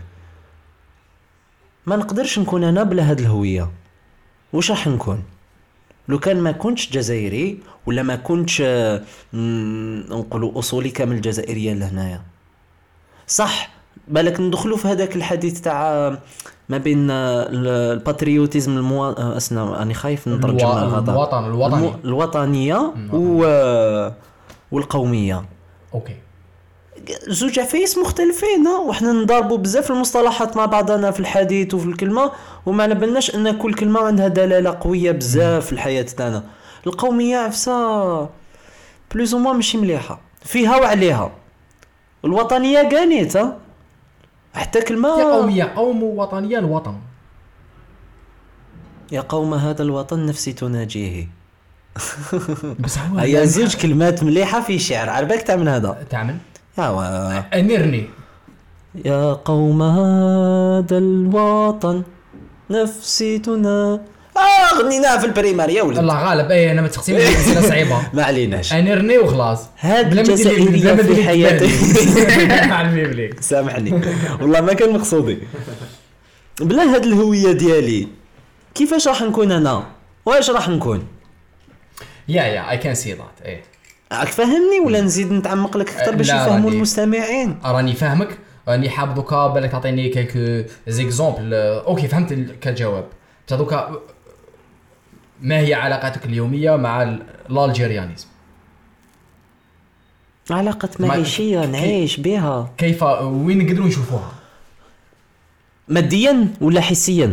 ما نقدرش نكون انا بلا هذه الهويه واش راح نكون لو كان ما كنتش جزائري ولا ما كنتش نقولوا اصولي كامل الجزائريه لهنايا صح بالك ندخلوا في هذاك الحديث تاع ما بين الباتريوتيزم اسنا راني خايف نترجم الوطنيه والقوميه اوكي زوج عفايس مختلفين وحنا نضربوا بزاف المصطلحات مع بعضنا في الحديث وفي الكلمه وما على بالناش ان كل كلمه عندها دلاله قويه بزاف في الحياه تاعنا القوميه عفسه بلوز او ماشي مليحه فيها وعليها الوطنيه قانيت حتى كلمه يا قوميه قوم وطنيه الوطن يا قوم هذا الوطن نفسي تناجيه بس هو هي زوج كلمات مليحه في شعر عربك تعمل هذا تعمل أمرني يا قوم هذا الوطن نفسي غنيناها في البريمار يا ولد الله غالب انا ما تقسيم الاسئله صعيبه ما عليناش انرني وخلاص هاد الجزائريه في حياتي سامحني والله ما كان مقصودي بلا هاد الهويه ديالي كيفاش راح نكون انا واش راح نكون يا اي كان سي ذات ايه راك فاهمني ولا نزيد نتعمق لك اكثر باش يفهموا المستمعين راني فاهمك راني حاب دوكا بالك تعطيني كلك زيكزامبل اوكي فهمت كالجواب دوكا ما هي علاقتك اليوميه مع الالجيريانيزم علاقه معيشيه نعيش بها كيف وين نقدروا نشوفوها ماديا ولا حسيا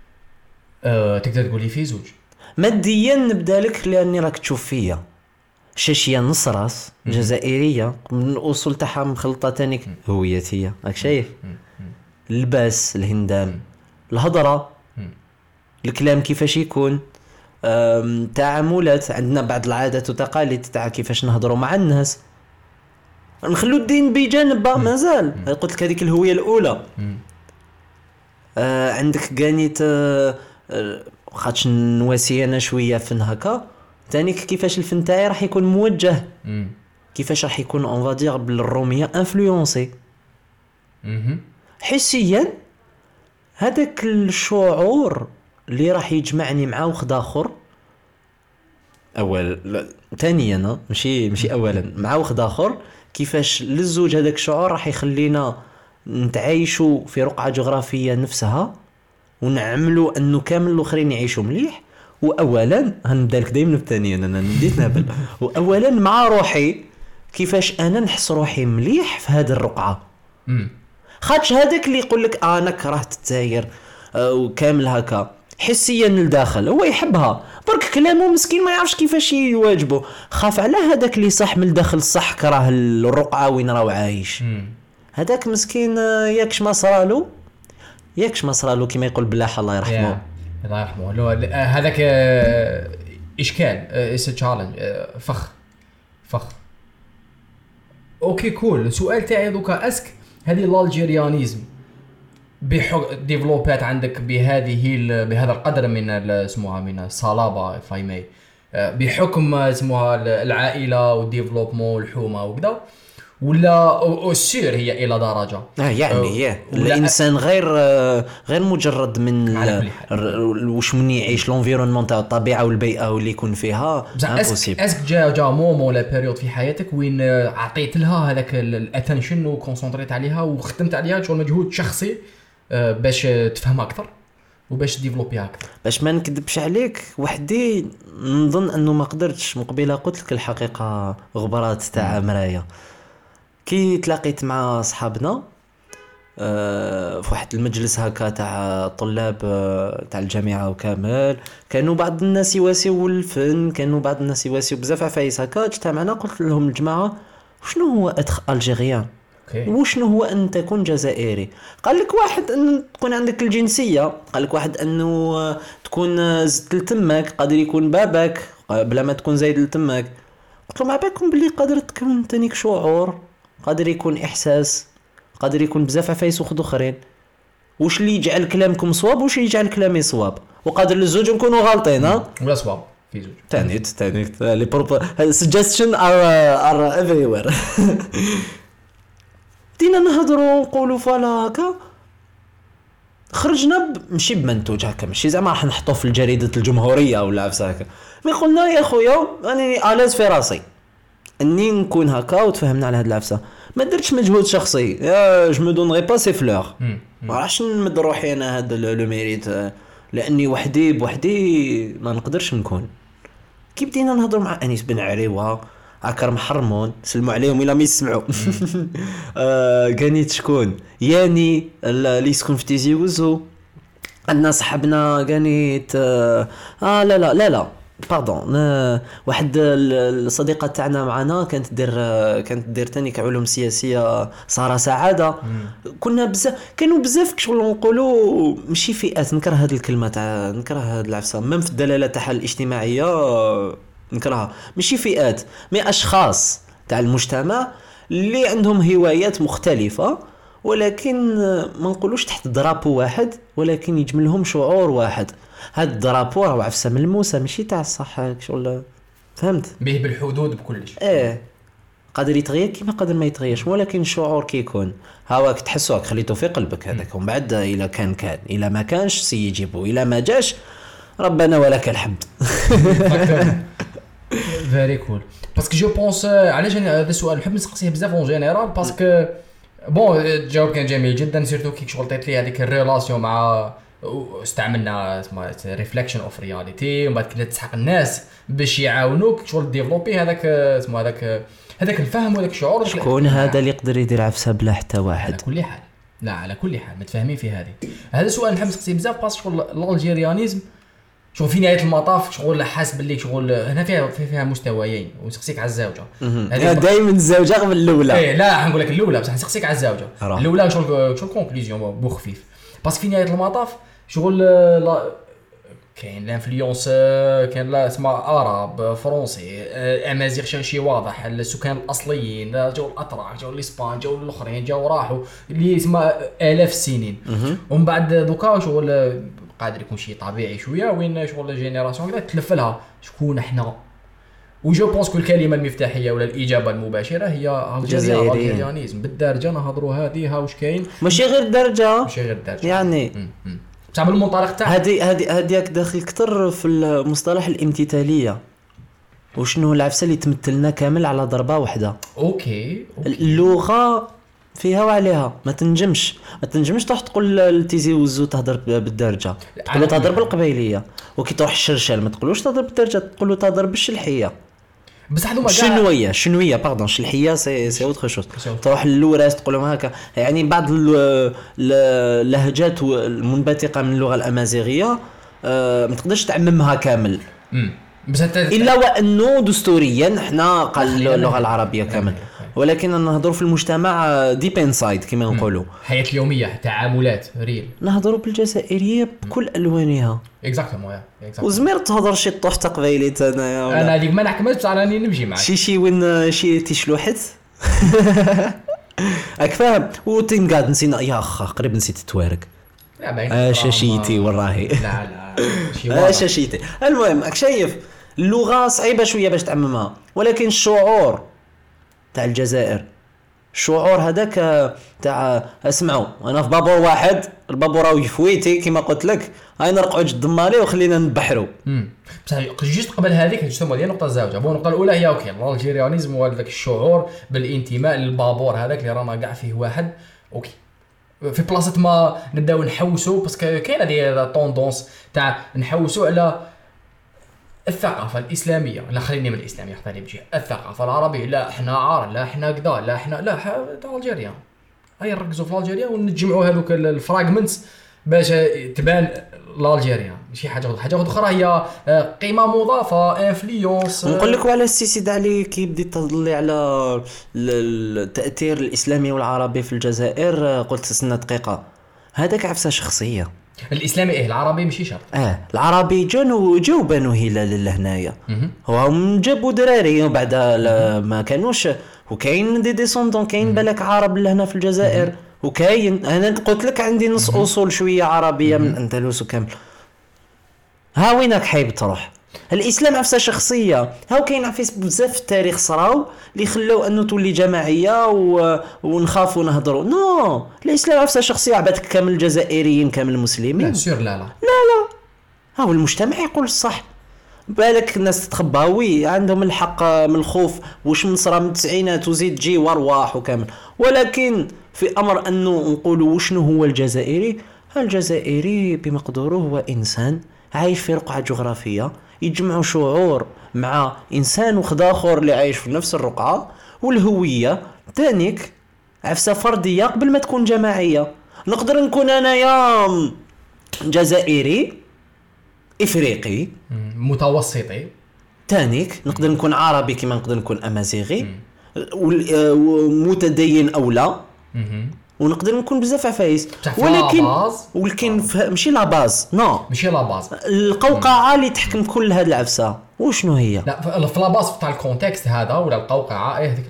تقدر تقول لي في زوج ماديا نبدا لك لاني راك تشوف فيا شاشيه نص راس جزائريه من الاصول تاعها مخلطه تانيك هويتيه راك شايف اللباس الهندام الهضره الكلام كيفاش يكون تعاملات عندنا بعض العادات وتقاليد تاع كيفاش نهضروا مع الناس نخلو الدين بجانب مازال قلت لك هذيك الهويه الاولى عندك كانيت خاطش نواسي انا شويه فن هكا ثاني كيفاش الفن تاعي راح يكون موجه كيفاش راح يكون اون فادير بالروميه انفلونسي حسيا هذاك الشعور اللي راح يجمعني مع واحد اخر ثانيا ماشي اولا مع واحد اخر كيفاش للزوج هذاك الشعور راح يخلينا نتعايشوا في رقعه جغرافيه نفسها ونعملوا انه كامل الاخرين يعيشوا مليح واولا هنبدا لك دائما ثانيا انا نديت نابل واولا مع روحي كيفاش انا نحس روحي مليح في هذه الرقعه خاطش هذاك اللي يقول لك انا كرهت الجزائر وكامل هكا حسيا للداخل هو يحبها برك كلامه مسكين ما يعرفش كيفاش يواجبه خاف على هذاك اللي صح من الداخل صح كره الرقعه وين راهو عايش هذاك مسكين ياكش ما صرالو كما يقول بلاح الله يرحمه الله يرحمه لو هذاك اشكال اس تشالنج فخ اوكي كول سؤال تاعي دوكا اسك هذه الالجيريانيزم ديفلوبات عندك بهذا القدر من اسمها من الصلابه فايمي بحكم اسمها العائله والديفلوبمون والحومه وكذا ولا سير هي الى درجه يعني الانسان غير مجرد من واش من يعيش لونفيرونمون تاع الطبيعه والبيئه واللي يكون فيها اسك جا مومون ولا بيريود في حياتك وين عطيت لها هذاك الاتنشن وكونسونطريت عليها وخدمت عليها شغل مجهود شخصي باش تفهم اكثر وباش ديفلوبيها اكثر باش ما نكذبش عليك وحدي نظن انه ما قدرتش مقبله قلت لك الحقيقه غبرات تاع مرايه كي تلاقيت مع اصحابنا في واحد المجلس هكا تاع طلاب تاع الجامعه وكامل كانوا بعض الناس يواسيو الفن كانوا بعض الناس يواسيو بزاف عفايس هكا اجتمعنا قلت لهم الجماعه شنو هو اتخ الجيريان وشنو هو ان تكون جزائري قال لك واحد ان تكون عندك الجنسيه قال لك واحد انه تكون زدت لتمك قادر يكون باباك بلا ما تكون زايد لتمك قلت لهم عباكم باللي قادر تكون تانيك شعور قادر يكون احساس قادر يكون بزاف عفايس اخرين واش اللي يجعل كلامكم صواب واش اللي يجعل كلامي صواب وقادر للزوج نكونوا غالطين ولا صواب في زوج تاني لي بروبو suggestion are everywhere دينا نهضروا نقولوا فلا هكا خرجنا ماشي بمنتوج هكا ماشي زعما راح نحطوه في جريده الجمهوريه ولا عفسه هكا مي قلنا يا خويا راني الاز في راسي اني نكون هكا وتفهمنا على هاد العفسه ما درتش مجهود شخصي يا جو مو دونغي با سي فلور ما راحش نمد روحي انا هاد لو ميريت لاني وحدي بوحدي ما نقدرش نكون كي بدينا نهضر مع انيس بن عريوه عكرم حرمون سلموا عليهم الا ما يسمعوا كانيت شكون ياني اللي يسكن في تيزي وزو عندنا صحابنا كانيت لا باردون واحد الصديقه تاعنا معنا كانت دير تاني كعلوم سياسيه ساره سعاده كنا كانوا بزاف شغل نقولوا ماشي فئات نكره هذه الكلمه تاع نكره هذه العفسه من في الدلاله تاعها الاجتماعيه نكرهها ماشي فئات مي اشخاص تاع المجتمع اللي عندهم هوايات مختلفه ولكن ما نقولوش تحت درابو واحد ولكن يجملهم شعور واحد هاد الدرابو راه عفسه ملموسه ماشي تاع الصح شغل فهمت به بالحدود بكلش قادر يتغير كيما قادر ما يتغيرش ولكن الشعور كيكون هواك تحسوك خليته في قلبك هذاك ومن بعد الا كان الا ما كانش سيجيبو الا ما جاش ربنا ولك الحمد فيري كول باسكو جو بونس علاش هذا السؤال نحب نسقسيه بزاف اون جينيرال باسكو بون الجواب كان جميل جدا سيرتو كي شغلت لي هذيك الريلاسيون مع استعملنا اسمها ريفليكشن اوف رياليتي ومن بعد كنا تسحق الناس باش يعاونوك شغل ديفلوبي هذاك اسمه هذاك الفهم وذاك الشعور شكون هذا اللي يقدر يدير عفسه بلا حتى واحد على كل حال لا على كل حال متفاهمين في هذا السؤال نحب نسقسيه بزاف باسكو الالجيريانيزم شغل في نهايه المطاف شغل حاس باللي شغل هنا فيها مستويين ونسقسيك على الزوجه دائما الزوجه قبل الاولى. ايه لا حنقول لك الاولى بصح نسقسيك على الزوجه الاولى شغل كونكلوزيون بو خفيف بس في نهايه المطاف شغل كاين لانفلونس كان لا اسمع عرب فرنسي امازيغ شي واضح السكان الاصليين جو الاتراك جو الاسبان جو الاخرين جو راحوا اللي اسمع الاف السنين ومن بعد دوكا شغل قادر يكون شيء طبيعي شويه وين شغل جينيراسيون كذا تلف لها شكون احنا وجو بونس كل الكلمه المفتاحيه ولا الاجابه المباشره هي الجزائريانيزم بالدرجه نهضروا هذه واش كاين ماشي غير درجه يعني بصح بالمنطلق تاع هذه داخل كثر في المصطلح الامتثاليه وشنو العفسه اللي تمثلنا كامل على ضربه واحده. اوكي اللغه فيها وعليها ما تنجمش تروح تقول التيزي وزو تهضر بالدرجه تقول له تهضر بالقبيليه وكي تروح الشرشال ما تقولوش تهضر بالدرجه تقول له تهضر بالشلحيه بصح هذوما شنويه باردون شلحيه سي اوتر شوز تروح للوراس تقول لهم هكا يعني بعض اللهجات المنبثقه من اللغه الامازيغيه ما تقدرش تعممها كامل الا وانه دستوريا احنا قال اللغه العربيه كامل ولكن نهضروا في المجتمع ديب انسايد كما نقولوا حياه اليوميه تعاملات ريل نهضروا بالجزائريه بكل الوانها اكزاكتومون وزمير تهضر شي طوح تقبيليت انا هذيك ما نحكمش بصح راني نمشي معاك شي وين شي تشلوحت راك فاهم وتنقاد نسينا يا اخ قريب نسيت التوارق شاشيتي والراهي لا شاشيتي المهم راك شايف اللغه صعيبه شويه باش تعممها ولكن الشعور تاع الجزائر الشعور هذاك تاع اسمعوا انا في بابور واحد البابور راهو يفويتي كما قلت لك هاي نرقعوا جد مالي وخلينا نبحروا بصح جوست قبل هذيك جوستومون ديال النقطه الزوجه النقطه الاولى هي اوكي الالجيريانيزم هو هذاك الشعور بالانتماء للبابور هذاك اللي رانا كاع فيه واحد اوكي في بلاصه ما نبداو نحوسوا باسكو كاين هذه طوندونس تاع نحوسوا على الثقافه الاسلاميه لا خليني من الاسلاميه اختاري بجي الثقافه العربيه لا احنا عار لا احنا كذا لا احنا لا تاع الجيريا هاي نركزوا في الجيريا ونجمعوا هذوك الفراغمنتس باش تبان الجيريا ماشي حاجه اخرى هي قيمه مضافه انفلونس نقول لك على السيسي دالي كي بديت تضلي على التاثير الاسلامي والعربي في الجزائر قلت استنى دقيقه هذاك عفسه شخصيه الاسلامي العربي ماشي شرط العربي جو بانوا هلال لهنايا هم جابوا دراري وبعد ما كانوش وكاين دي ديسوندون كاين بالك عرب لهنا في الجزائر وكاين انا قلت لك عندي نص اصول شويه عربيه من اندلس وكامل ها وينك حايب تروح الاسلام عفسه شخصيه هاو كاين عفيس بزاف في التاريخ صراو اللي خلاو انه تولي جماعيه ونخافوا نهضروا نو الاسلام عفسه شخصيه عباتك كامل الجزائريين كامل المسلمين لا هاو المجتمع يقول الصح بالك الناس تتخبى وي عندهم الحق من الخوف واش من صرا من التسعينات وزيد جي وارواح وكامل ولكن في امر انه نقولوا وشنو هو الجزائري الجزائري بمقدوره هو انسان عايش في رقعه جغرافيه يجمعوا شعور مع انسان وخداخر اللي عايش في نفس الرقعه والهويه تانيك عفسه فرديه قبل ما تكون جماعيه نقدر نكون انايا جزائري افريقي متوسطي تانيك نقدر نكون عربي كما نقدر نكون امازيغي ومتدين او لا ونقدر نكون بزاف عفايس ولكن ماشي لا باز ماشي لا باز القوقعه اللي تحكم كل هذه العفسه وشنو هي لا في لا باز تاع الكونتكست هذا ولا القوقعه هذيك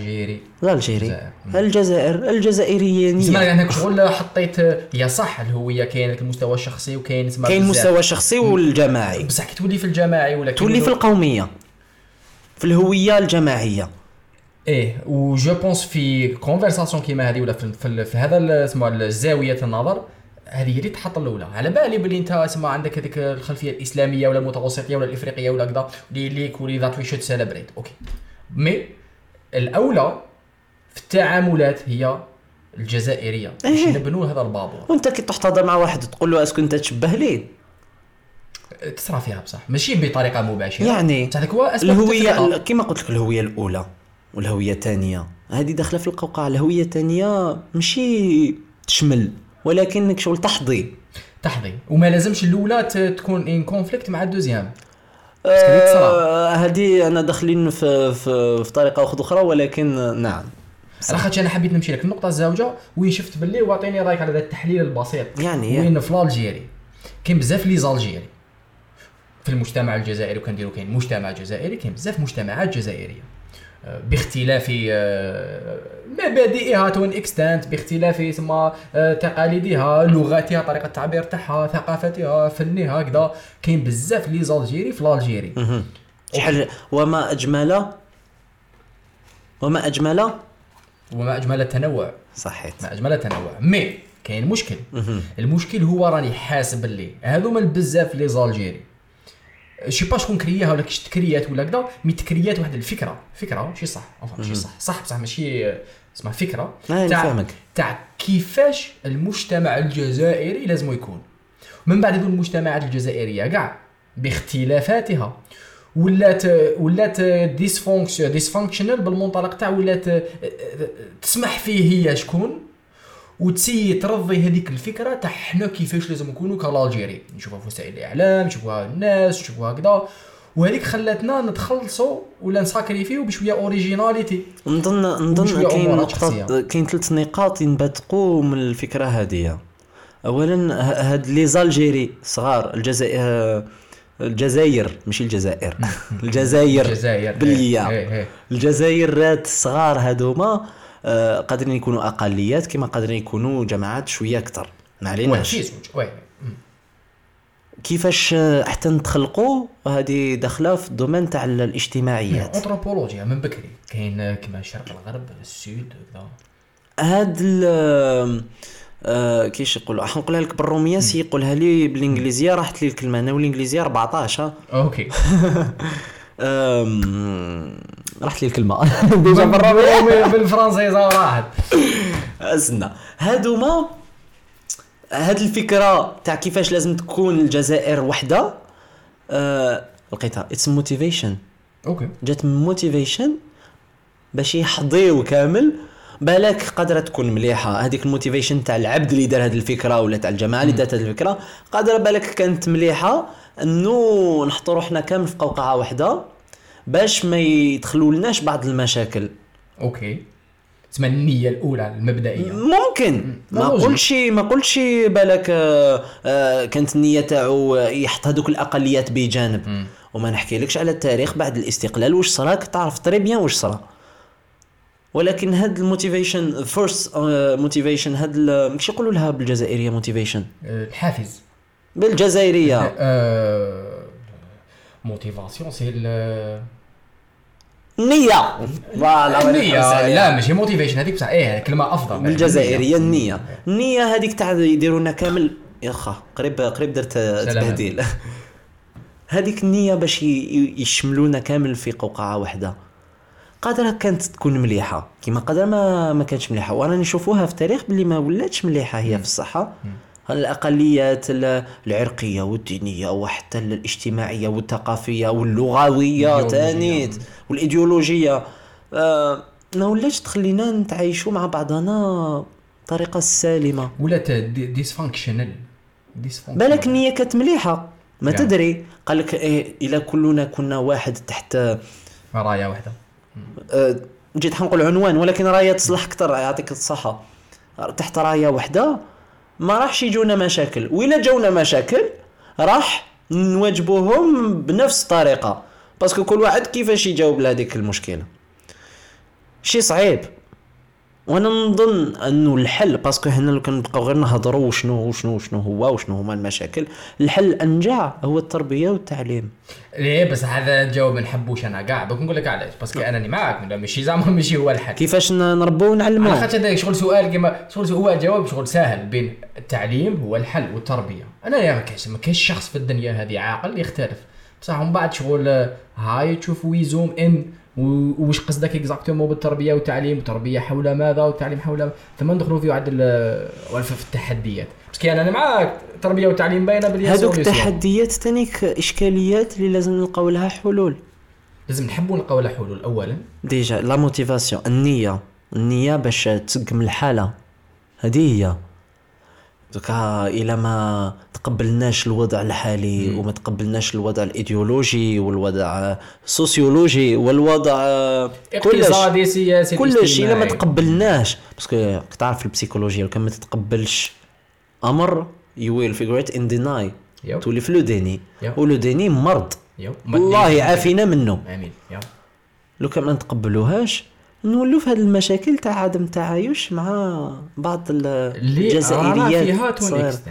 الجزائر الجزائريين زعما هناك شغل حطيت هي صح الهويه كاين المستوى الشخصي وكاين كاين المستوى الشخصي والجماعي بصح كي تولي في الجماعي ولا تولي في القوميه في الهويه الجماعيه و جو بونس في كونفرساسيون كيما هذه ولا في هذا اسمه الزاويه النظر هذه اللي تحط الاولى على بالي بلي انت اسمع عندك هذيك الخلفيه الاسلاميه ولا المتوسطيه ولا الافريقيه ولا كذا ليك ولي ذات وي شود سيلبريت اوكي مي الاولى في التعاملات هي الجزائريه باش نبنوا هذا البابور وانت كي تحتضر مع واحد تقول له اسكو انت تشبه لي تصرى فيها بصح ماشي بطريقه مباشره يعني هو الهويه كما قلت لك الهويه الاولى والهويه الثانيه هذه داخله في القوقعه الهويه الثانيه ماشي تشمل ولكنك شغل تحظي وما لازمش الاولى تكون ان كونفليكت مع الدوزيام. هذه انا داخلين في طريقه اخرى ولكن نعم على خاطر انا حبيت نمشي لك النقطه الزوجه وين شفت باللي واعطيني رايك على هذا التحليل البسيط. يعني وين في الجيري كاين بزاف لي زالجيري في المجتمع الجزائري وكنديروا كاين مجتمع جزائري كاين بزاف مجتمعات جزائريه باختلاف مبادئها تون اكستنت باختلاف ثم تقاليدها لغاتها طريقه التعبير تاعها ثقافتها فنها هكذا كاين بزاف لي زالجيري في الجيري. شحال وما اجمل التنوع. صحيح ما اجمل التنوع مي كاين مشكل. المشكل هو راني حاسب اللي هذوما بزاف لي زالجيري شي با شكون كرياها ولا كيش تكريات ولا كذا مي تكريات واحد الفكره ماشي صح ماشي صح بصح ماشي اسمها فكره تاع كيفاش المجتمع الجزائري لازم يكون. من بعد هذو المجتمعات الجزائريه كاع باختلافاتها ولات ديسفونكشنال بالمنطلق تاع ولات تسمح فيه هي شكون وتسي ترضي هذيك الفكره تاع حنا كيفاش لازم نكونوا كالجيري نشوفها في وسائل الاعلام نشوفوها الناس نشوفوها هكذا وهذيك خلاتنا نتخلصوا ولا نساكريفيو بشويه اوريجيناليتي. نظن كاين 3 نقاط ينبثقوا من الفكره هذه. اولا هاد لي زالجيري صغار الجزائر ماشي الجزائر الجزائر بالياء الجزائرات صغار هذوما قادرين يكونوا اقليات كما قادرين يكونوا جماعات شويه اكثر ما عليناش. كيفاش حتى نتخلقوا هذه داخله في الدومين تاع الاجتماعيات انثروبولوجيا من بكري كاين كما الشرق الغرب السود كذا هاد كيش يقولوا حنقولها لك بالروميه سي يقولها لي بالانجليزيه راحت لي الكلمه انا والانجليزيه 14 اوكي راحت لي الكلمه ديجا بالروميه بالفرنسيزه راحت اسنا هادوما هاد الفكره تاع كيفاش لازم تكون الجزائر وحده لقيتها اتس موتيفيشن. اوكي جات من موتيفيشن باش يحضيو كامل بالك قادره تكون مليحه هذيك الموتيفيشن تاع العبد اللي دار هذه الفكره ولا تاع الجماعه اللي دارت هذه الفكره قادره بالك كانت مليحه انه نحطوا روحنا كامل في قوقعه واحده باش ما يدخلولناش بعض المشاكل. اوكي تسمى النيه الاولى المبدئيه ممكن ما قلتش بالك كانت النيه تاعو يحط هذوك الاقليات بجانب وما نحكي لكش على التاريخ بعد الاستقلال واش صرا تعرف طري بيان واش صرا ولكن هاد الموتيفيشن فيرست موتيفيشن هاد مش يقولوا لها بالجزائريه موتيفيشن الحافز بالجزائريه موتيفاسيون سي النيه لا ماشي موتيفيشن هذيك بصح كلمه افضل بالجزائريه النيه هذيك تاع يديرونا كامل يا خا قريب درت تبهديل هذيك النيه باش يشملونا كامل في قوقعه واحده قادرة كانت تكون مليحة كما قادرة ما كانتش مليحة وانا نشوفوها في التاريخ باللي ما ولاتش مليحة هي في الصحة الأقليات العرقية والدينية وحتى الاجتماعية والثقافية واللغوية تانيت والإيديولوجية ما ولاتش تخلينا نتعايشوا مع بعضنا طريقة سالمة ولات ديسفانكشنال بالك النية كانت مليحة ما تدري قالك إلا كلنا كنا واحد تحت راية واحدة جيت حنقول عنوان ولكن راية تصلح أكثر يعطيك الصحة تحت راية واحدة ما راحش يجونا مشاكل وإلا جونا مشاكل راح نواجبوهم بنفس الطريقة باسكو كل واحد كيفاش يجاوب لهذيك المشكلة شيء صعيب وانا نظن انه الحل باسكو هنا لو كنبقاو غير نهضروا شنو هو وشنو هما المشاكل الحل الانجع هو التربيه والتعليم. ليه بس هذا الجواب ما نحبوش انا كاع بنقول لك علاش باسكو انني معاك ماشي زعما ماشي هو الحل كيفاش نربوا ونعلموا على خاطر هذا شغل سؤال كما شغل هو الجواب شغل سهل بين التعليم هو الحل والتربيه. انا يا ما كاينش شخص في الدنيا هذه عاقل يختلف بصح من بعد شغل هاي تشوف ويزوم ان وش قصدك اكزاكتومون بالتربيه والتعليم وتربيه حول ماذا وتعليم حول ثم ندخلوا في واحد في التحديات بس كي انا معاك تربيه وتعليم باينه باللي هذوك التحديات ثانيك اشكاليات اللي لازم نلقاو لها حلول لازم نحبوا نلقاو لها حلول. اولا ديجا لا موتيفاسيون النيه باش تسقم الحاله هذه هي دوكا إلا ما تقبلناش الوضع الحالي وما تقبلناش الوضع الإيديولوجي والوضع السوسيولوجي والوضع اقتصادي سياسي كل شيء إلا ما تقبلناش، باسكو تعرف البسيكولوجيا كان ما تتقبلش أمر you will figure it in deny تولي في لو ديني، ولو ديني مرض الله يعافينا منه. آمين. لو كان ما نتقبلوهاش نولوا في هذه المشاكل تاع عدم التعايش مع بعض الجزائريات.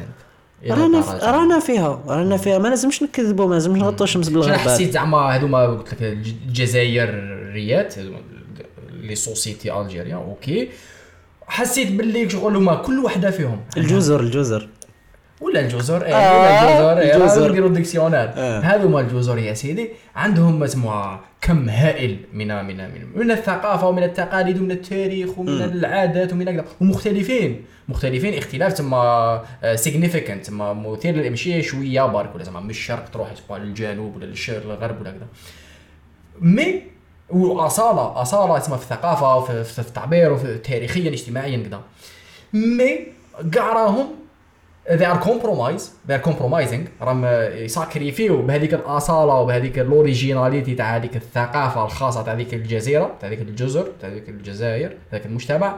رانا فيها ما لازمش نكذبوا، ما لازمش نغطوا الشمس بالغربال. حسيت زعما هذوما قلت لك الجزائريات لي سوسيتي الجيريا اوكي، حسيت باللي شغل هما كل وحده فيهم الجزر ولا الجزر الجزر نديروا ديكسيونير هذوما الجزر يا سيدي عندهم اسمها كم هائل من الثقافه ومن التقاليد ومن التاريخ ومن العادات ومن كذا، ومختلفين اختلاف تما significant تما مثير للامشيه شويه بارك، ولا زعما من الشرق تروح تبقى للجنوب ولا للغرب ولا كذا، مي واصاله تما في الثقافه وفي التعبير وفي تاريخيا اجتماعيا كذا، مي كاع راهم they are compromising راهم يساكريفيو بهذيك الاصاله وبهذيك الاوريجيناليتي تاع هذيك الثقافه الخاصه تاع هذيك الجزيره تاع هذيك الجزر تاع هذيك الجزائر هذاك المجتمع،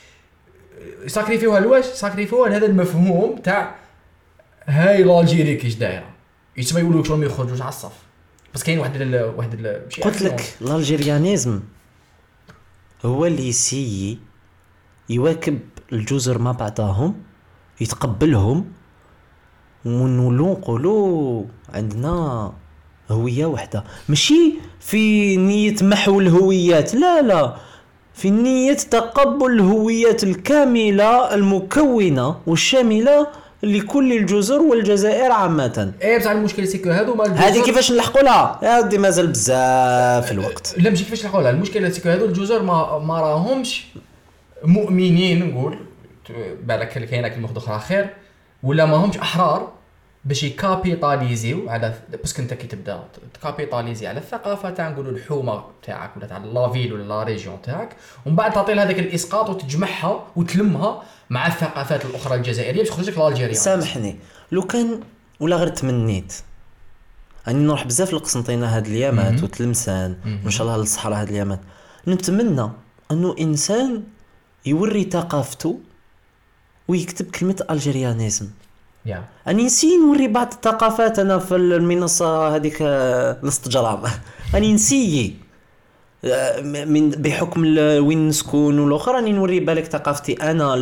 يساكريفيوها لهذا المفهوم تاع هاي الجيري كيش دايره، يسمى يقولوا شلون ما يخرجوش على الصف، بس كاين واحد قلت لك الالجيريانيزم هو اللي يسيي يواكب الجزر ما بعضهم يتقبلهم ونولو نقولوا عندنا هوية واحدة، ماشي في نية محو الهويات، لا في نية تقبل الهويات الكاملة المكونة والشاملة لكل الجزر والجزائر عامة. بصح المشكل سيكو هادو مال هذه كيفاش نلحقوا لها يا ودي مازال بزاف الوقت. لا ماشي كيفاش نلحقوا لها، المشكل سيكو هادو الجزر ما راهمش مؤمنين نقول بالك كاينه كلمه اخرى خير، ولا ما همش احرار باش يكابيتاليزيو على، باسكو انت كي تبدا تكابيتاليزي على الثقافه تاع نقولوا الحومه تاعك ولا تاع لافيل ولا لا ريجيون تاعك، ومن بعد تعطي هذاك الاسقاط وتجمعها وتلمها مع الثقافات الاخرى الجزائريه باش تخرج لك الجزائريه. سامحني لو كان ولا غير تمنيت اني نروح بزاف للقسنطينه هاد الايامات وتلمسان وان شاء الله للصحراء هاد الايامات، نتمنى انه انسان يوري ثقافته ويكتب كلمة الجيريانيزم. أني نسي نوري بعض الثقافات أنا في المنصة هذيك الانستغرام، أني نسي من بحكم وين نسكن والأخرى أني نوري بالك ثقافتي أنا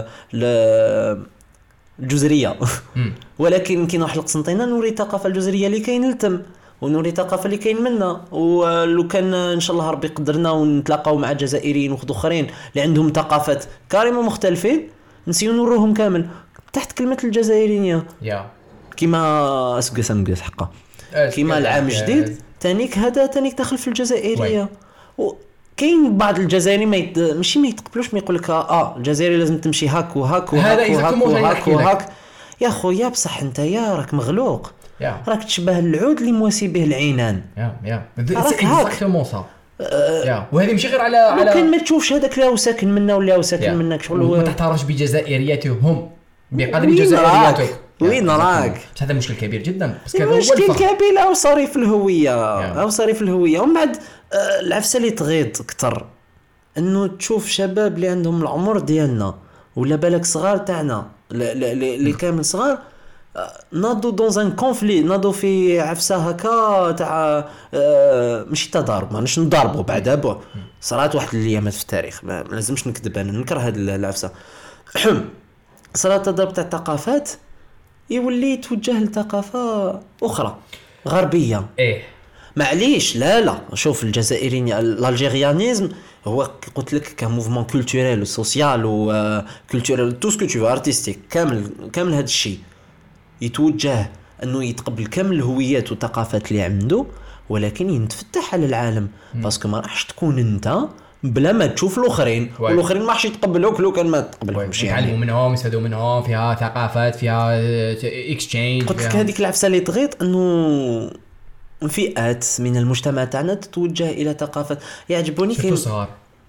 الجزرية ولكن كي نروح لقسنطينة نوري الثقافة الجزرية اللي كاين لتم ونوري الثقافة اللي كاين منا، ولو كان إن شاء الله ربي قدرنا ونتلاقاو مع جزائريين وآخرين اللي عندهم ثقافات كاريمو مختلفين نسيو نوروهم كامل تحت كلمة الجزائرية. كيما اسقس حقا كيما العام جديد تانيك هذا تانيك داخل في الجزائرية. وكاين بعض الجزائريين ماشي ما يتقبلوش، ما يقول لك الجزائري لازم تمشي هاك وهاك وهاك وهاك يا خويا، بصح انت يا راك مغلوق راك تشبه العود اللي مواسي به العينان راك هاك وهذه ماشي غير على ممكن ما تشوفش هذاك اللي هو ساكن منا ولا هو ساكن منك شغل ما تحترمش بجزائرياتهم بقدر جزائرياتك. وين راك؟ هذا مشكل كبير جدا، بس هذا هو مشكل كبير او صريف الهويه ومن بعد العفسه اللي تغيض اكثر انه تشوف شباب اللي عندهم العمر ديالنا ولا بالك صغار تاعنا اللي كامل صغار ناضوا دون ان كونفلي، ناضوا في عفسه هكا تاع ماشي تضارب، ماناش نضاربوا بعدا صارت واحد الايامات في التاريخ ما لازمش نكذب، انا نكره هذه العفسه صارت تضارب تاع الثقافات يولي يتوجه لثقافه اخرى غربيه. معليش لا شوف الجزائريين الالجيريانيزم هو قلت لك كموفمون كولتوريل وسوسيال وكولتوريل تو سكو تو ارتستيك كامل هذا الشيء يتوجه انه يتقبل كامل الهويات والثقافات اللي عنده، ولكن يتفتح على العالم باسكو ما راحش تكون انت بلا ما تشوف الاخرين والاخرين ما راحش يتقبلوك لو كان ما تقبلهمش يعلموا منهم يستفادوا منهم، فيها ثقافات فيها اكسشينج. قلت لك هذيك العفسه اللي تغيط انه فئات من المجتمع تاعنا تتوجه الى ثقافات يعجبوني كاين صغار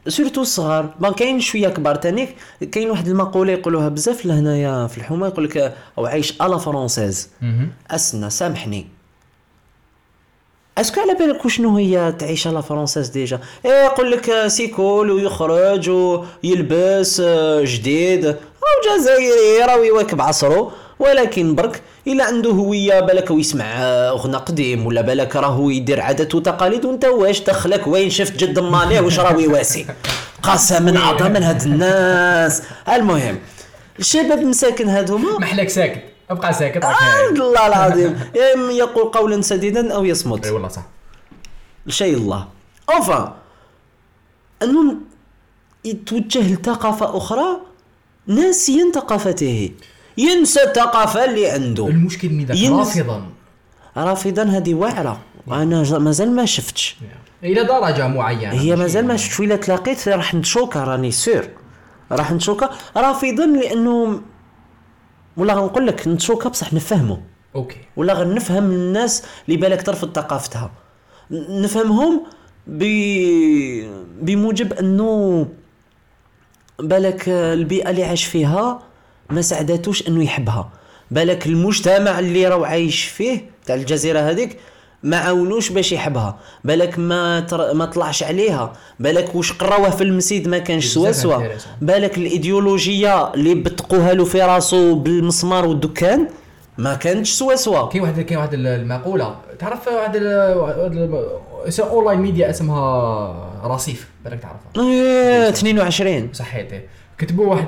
سورتو الصغار ما كاين شويه كبار تانيك. كاين واحد المقوله يقولوها بزاف لهنايا في الحومه، يقول لك او عايش الا فرونسيز. اسنا سامحني، اسكو على بالك شنو هي تعيش على فرونسيز ديجا؟ يقول لك سيكول ويخرج ويلبس جديد، او جزائري راه يواكب عصره، ولكن برك الا عنده هويه بالك ويسمع اغنى قديم، ولا بالك راهو يدير عادات وتقاليد، وانت واش دخلك وين شفت جد ماليه واش راهو يواسي؟ قسما عظما من هاد الناس. المهم الشباب مساكن هادوما محلك ساكت، ابقى ساكت. الله العظيم يا اما يقول قولا سديدا او يصمت. اي والله صح. شيء الله اوفا انه يتوجه لثقافه اخرى ناسيا ثقافته، ينسى الثقافه اللي عنده. المشكل من ذاك رافضا هذه واعره، وانا مازال ما شفتش الى درجه معينه. هي مازال ما شفتش، ولا تلاقيت راح نتشوكا، راني سير راح نتشوكا رافضا، لانه ولا غنقول لك نتشوكا بصح نفهمه. اوكي. ولا غنفهم الناس اللي بالك ترفض ثقافتها، نفهمهم بموجب انه بالك البيئه اللي عاش فيها ما ساعدتوش انه يحبها، بالك المجتمع اللي راهو عايش فيه تاع الجزيره هذيك ما عاونوش باش يحبها، بالك ما طلعش عليها، بالك واش قراوه في المسيد ما كانش سوا، بالك الايديولوجيه اللي بتقوها له في راسو بالمسمار والدكان ما كانتش سوا. كاين واحد المقوله تعرف، واحد اونلاين ميديا اسمها رصيف، بالك تعرفها 22 صحيت. كتبوا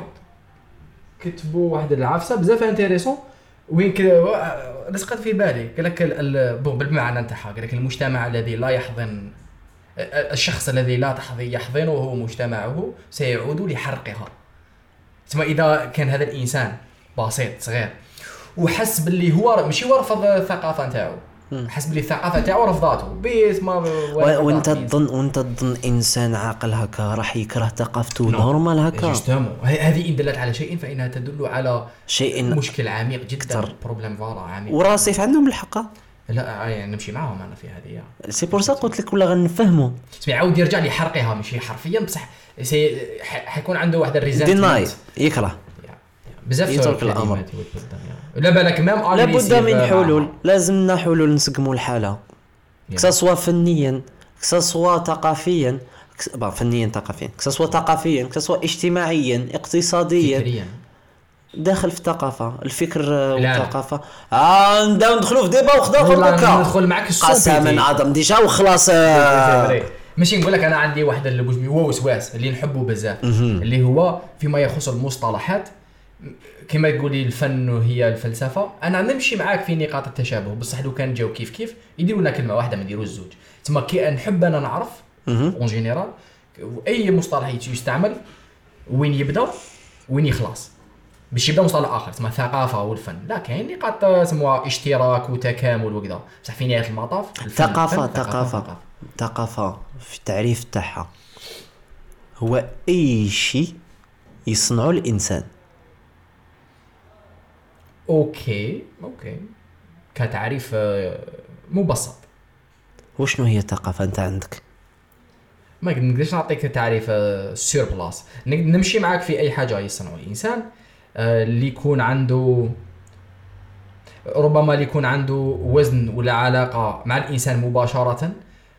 واحد العفسه بزاف انتريسون، وين لصقت في بالي. قال لك بالمعنى نتاعها، قال لك المجتمع الذي لا يحضن الشخص الذي لا يحضنه مجتمعه سيعود لحرقها. ثم اذا كان هذا الانسان بسيط صغير وحس باللي هو ماشي هو رفض الثقافه نتاعو، حس باللي الثقافه تاعو رفضاته باسم وانت تظن انسان عاقل هكا راح يكره ثقافته نورمال هكا؟ هذه ان دلت على شيء فانها تدل على شيء مشكل عميق جدا، بروبليم فوالا عميق. وراسيف عندهم الحق، لا يعني نمشي معاهم انا في هذه. سي بور سا قلت لك ولا غنفهموا. اسمع عاود يرجع لحرقها ماشي حرفيا بصح حيكون عنده واحد الريزنت يكره بزاف يترك الامر. لا بالك مام لابد من حلول، لازمنا حلول نسقموا الحاله كسوا فنيا كسوا ثقافيا، فنيا ثقافيا كسوا ثقافيا كسوا اجتماعيا اقتصاديا فكريا. داخل في الثقافه الفكر والثقافه ندخلوا في ديبا وخدا ندخل معك السوق قسما عظم ديجا وخلاص. ماشي نقول لك انا عندي واحد اللي هو وسواس اللي نحبه بزاف، اللي هو فيما يخص المصطلحات كما تقولي الفن وهي الفلسفه. انا نمشي معاك في نقاط التشابه، بصح لو كان جاو كيف يديروا لنا كلمه واحده ما يديروا الزوج. تما كي نحب انا نعرف اون جينيرال اي مصطلح يستعمل وين يبدا وين يخلص، باش يبدا مصطلح اخر تما ثقافه والفن. لا كاين نقاط اسمها اشتراك وتكامل وكذا، بصح في نهايه المطاف ثقافه في التعريف تاعها هو اي شيء يصنعه الانسان. اوكي كتعريف مبسط. وشنو هي الثقافه انت عندك؟ ما نقدرش نعطيك تعريف سور بلاص، نمشي معاك في اي حاجه يصنعه الانسان اللي يكون عنده ربما يكون عنده وزن ولا علاقه مع الانسان مباشره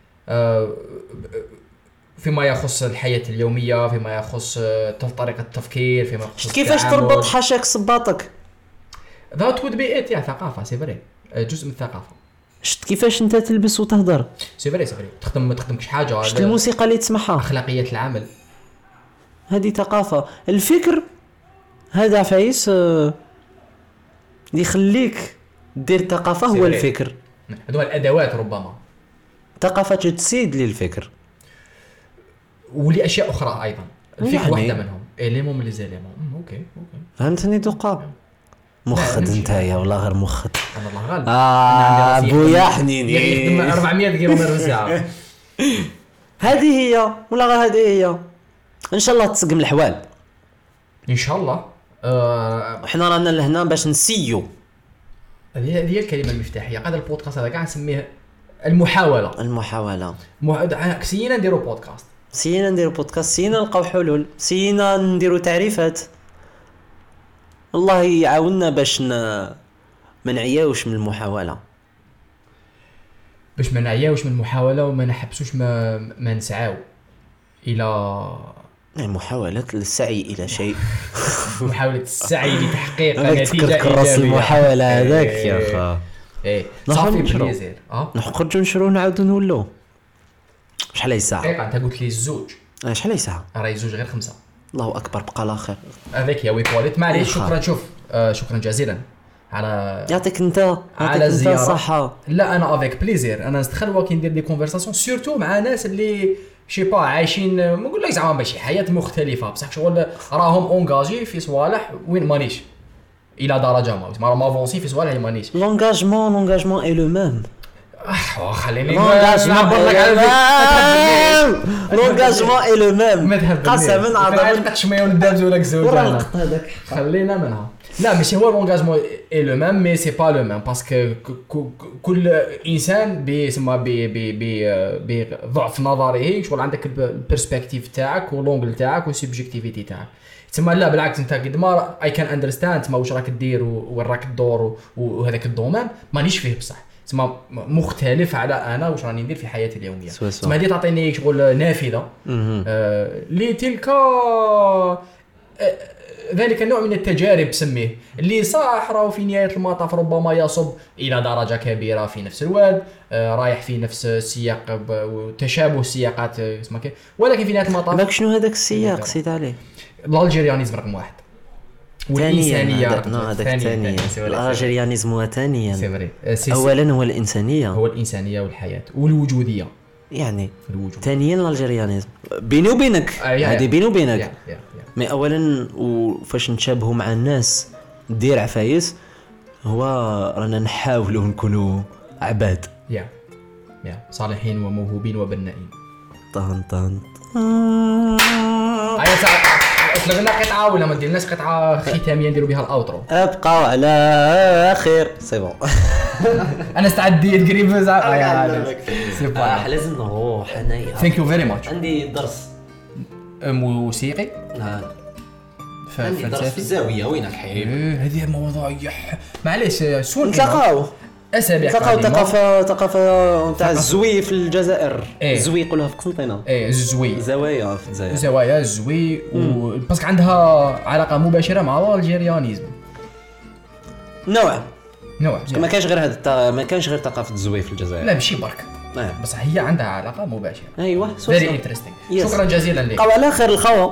فيما يخص الحياه اليوميه، فيما يخص طريقه التفكير، فيما يخص كيفاش تربط حاشاك صباطك. ذات وود بي ات يا ثقافه سي فري، جزء من الثقافه. شفت كيفاش انت تلبس وتهضر سي فري تخدمكش حاجه. شفت الموسيقى اللي تسمعها، اخلاقيات العمل، هذه ثقافه. الفكر هذا فايس اللي يخليك دير ثقافه هو الفكر. هذو الادوات ربما ثقافه تزيد للفكر ولاشياء اخرى ايضا. الفكر يعني واحده منهم اليمون من ليزاليمون. اوكي فهمتني دوقا مخد نتايا ولا غير مخد. انا الله غالب بويا حنيني يخدم 400 كيلومتر في الساعه. هذه هي ولا غير هذه هي. ان شاء الله تسقم الحوال ان شاء الله. احنا رانا لهنا باش نسيو. هذه هي الكلمه المفتاحيه. هذا البودكاست هذا كاع نسميه المحاوله. المحاوله عكسينا نديروا بودكاست سينا نديرو بودكاست، سينا نلقاو حلول، سينا نديرو تعريفات. الله يعاوننا باش ما نعياوش من المحاولة، باش ما نعياوش من المحاولة وما نحبسوش ما نسعاو الى محاولة السعي الى شيء. محاولة السعي لتحقيق نتيجة إيجابية. المحاولة هذاك يا اخا صافي بليزير. نخرجوا نشرو نعاودو نولو. شحال هي ساعة؟ دقيقة، انت قلت لي الزوج. شحال هي ساعة؟ راهي زوج غير 5. الله اكبر، بقى لا خير. هذاك يا ويبوليت، معليش. شكرا. شوف شكرا جزيلا على يعطيك انت على الزيارة. صحة. لا انا افيك بليزير، انا نستخلوا كي ندير دي كونفرساسيون سورتو مع ناس اللي شي با عايشين، ما نقول لك زعما ماشي حياة مختلفة، بصح شغل راهم اونغاجي في صوالح وين مانيش الى درجة ما مافونسي في صوالح اللي مانيش. لونغاجمون اي لو ميم. خليني لونغاجمون اي لو ميم. قسما عظيم تشميو ندابزو لك زوج. خلينا منها. لا ماشي هو لونغاجمون اي لو ميم، مي سي با لو ميم باسكو كل انسان بيسمى بضعف نظره شغل. عندك البيرسبكتيف تاعك ولونغل تاعك والسوبجيكتيفيتي تاعك. تسمى لا بالعكس، انت قد ما اي كان اندرستاند تسمى واش راك دير وين راك تدور وهذاك الدومين مانيش فيه بصح. تسمى مختلف على انا واش راني ندير في حياتي اليوميه. تسمى هذه تعطيني شغل نافذه لتلك ذلك النوع من التجارب سميه، اللي صح راهو في نهاية المطاف ربما يصب إلى درجة كبيرة في نفس الواد، رايح في نفس السياق وتشابه السياقات اسمه كي، ولكن في نهاية المطاف ماك شنو هذاك السياق سيد عليه. الالجيريانيزم رقم 1 والإنسانية هذاك ثانيا. الالجيريانيزم ثانيا. أولا هو الإنسانية، هو الإنسانية والحياة والوجودية. يعني ثانيا الالجيريانيزم بيني وبينك، هذه بيني وبينك. مي اولا وفاش نتشابهوا مع الناس دير عفايس، هو رانا نحاولوا نكونوا عباد يا صالحين وموهوبين وبنائين. طن هيا ساعه طلبنا قطعه ولا ما ديرناش قطعه ختاميه نديروا بها الاوترو. ابقوا على خير سي بون. انا استعديت قريب لازم نروح انايا. ثانك يو فيري ماتش. عندي درس موسيقي. عندي درس في الزاويه. وينك حبيبي؟ هذه الموضوع معليش سون نتلاقاو اسابيع ثقافه نتاع الزوي في الجزائر. الزوي يقولها في قسنطينه. الزوي زوايا في الجزائر. زوايا الزوي باسكو عندها علاقه مباشره مع الالجيريانيزم نوع ما كانش غير هذا، ما كانش غير ثقافه الزوي في الجزائر. لا ماشي برك بس هي عندها علاقه مباشره. ايوه فيري انتريستينغ. شكرا جزيلا لك. قوا على خير الخوا.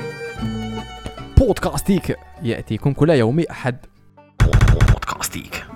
بودكاستيك يأتيكم كل يوم أحد. بودكاستيك.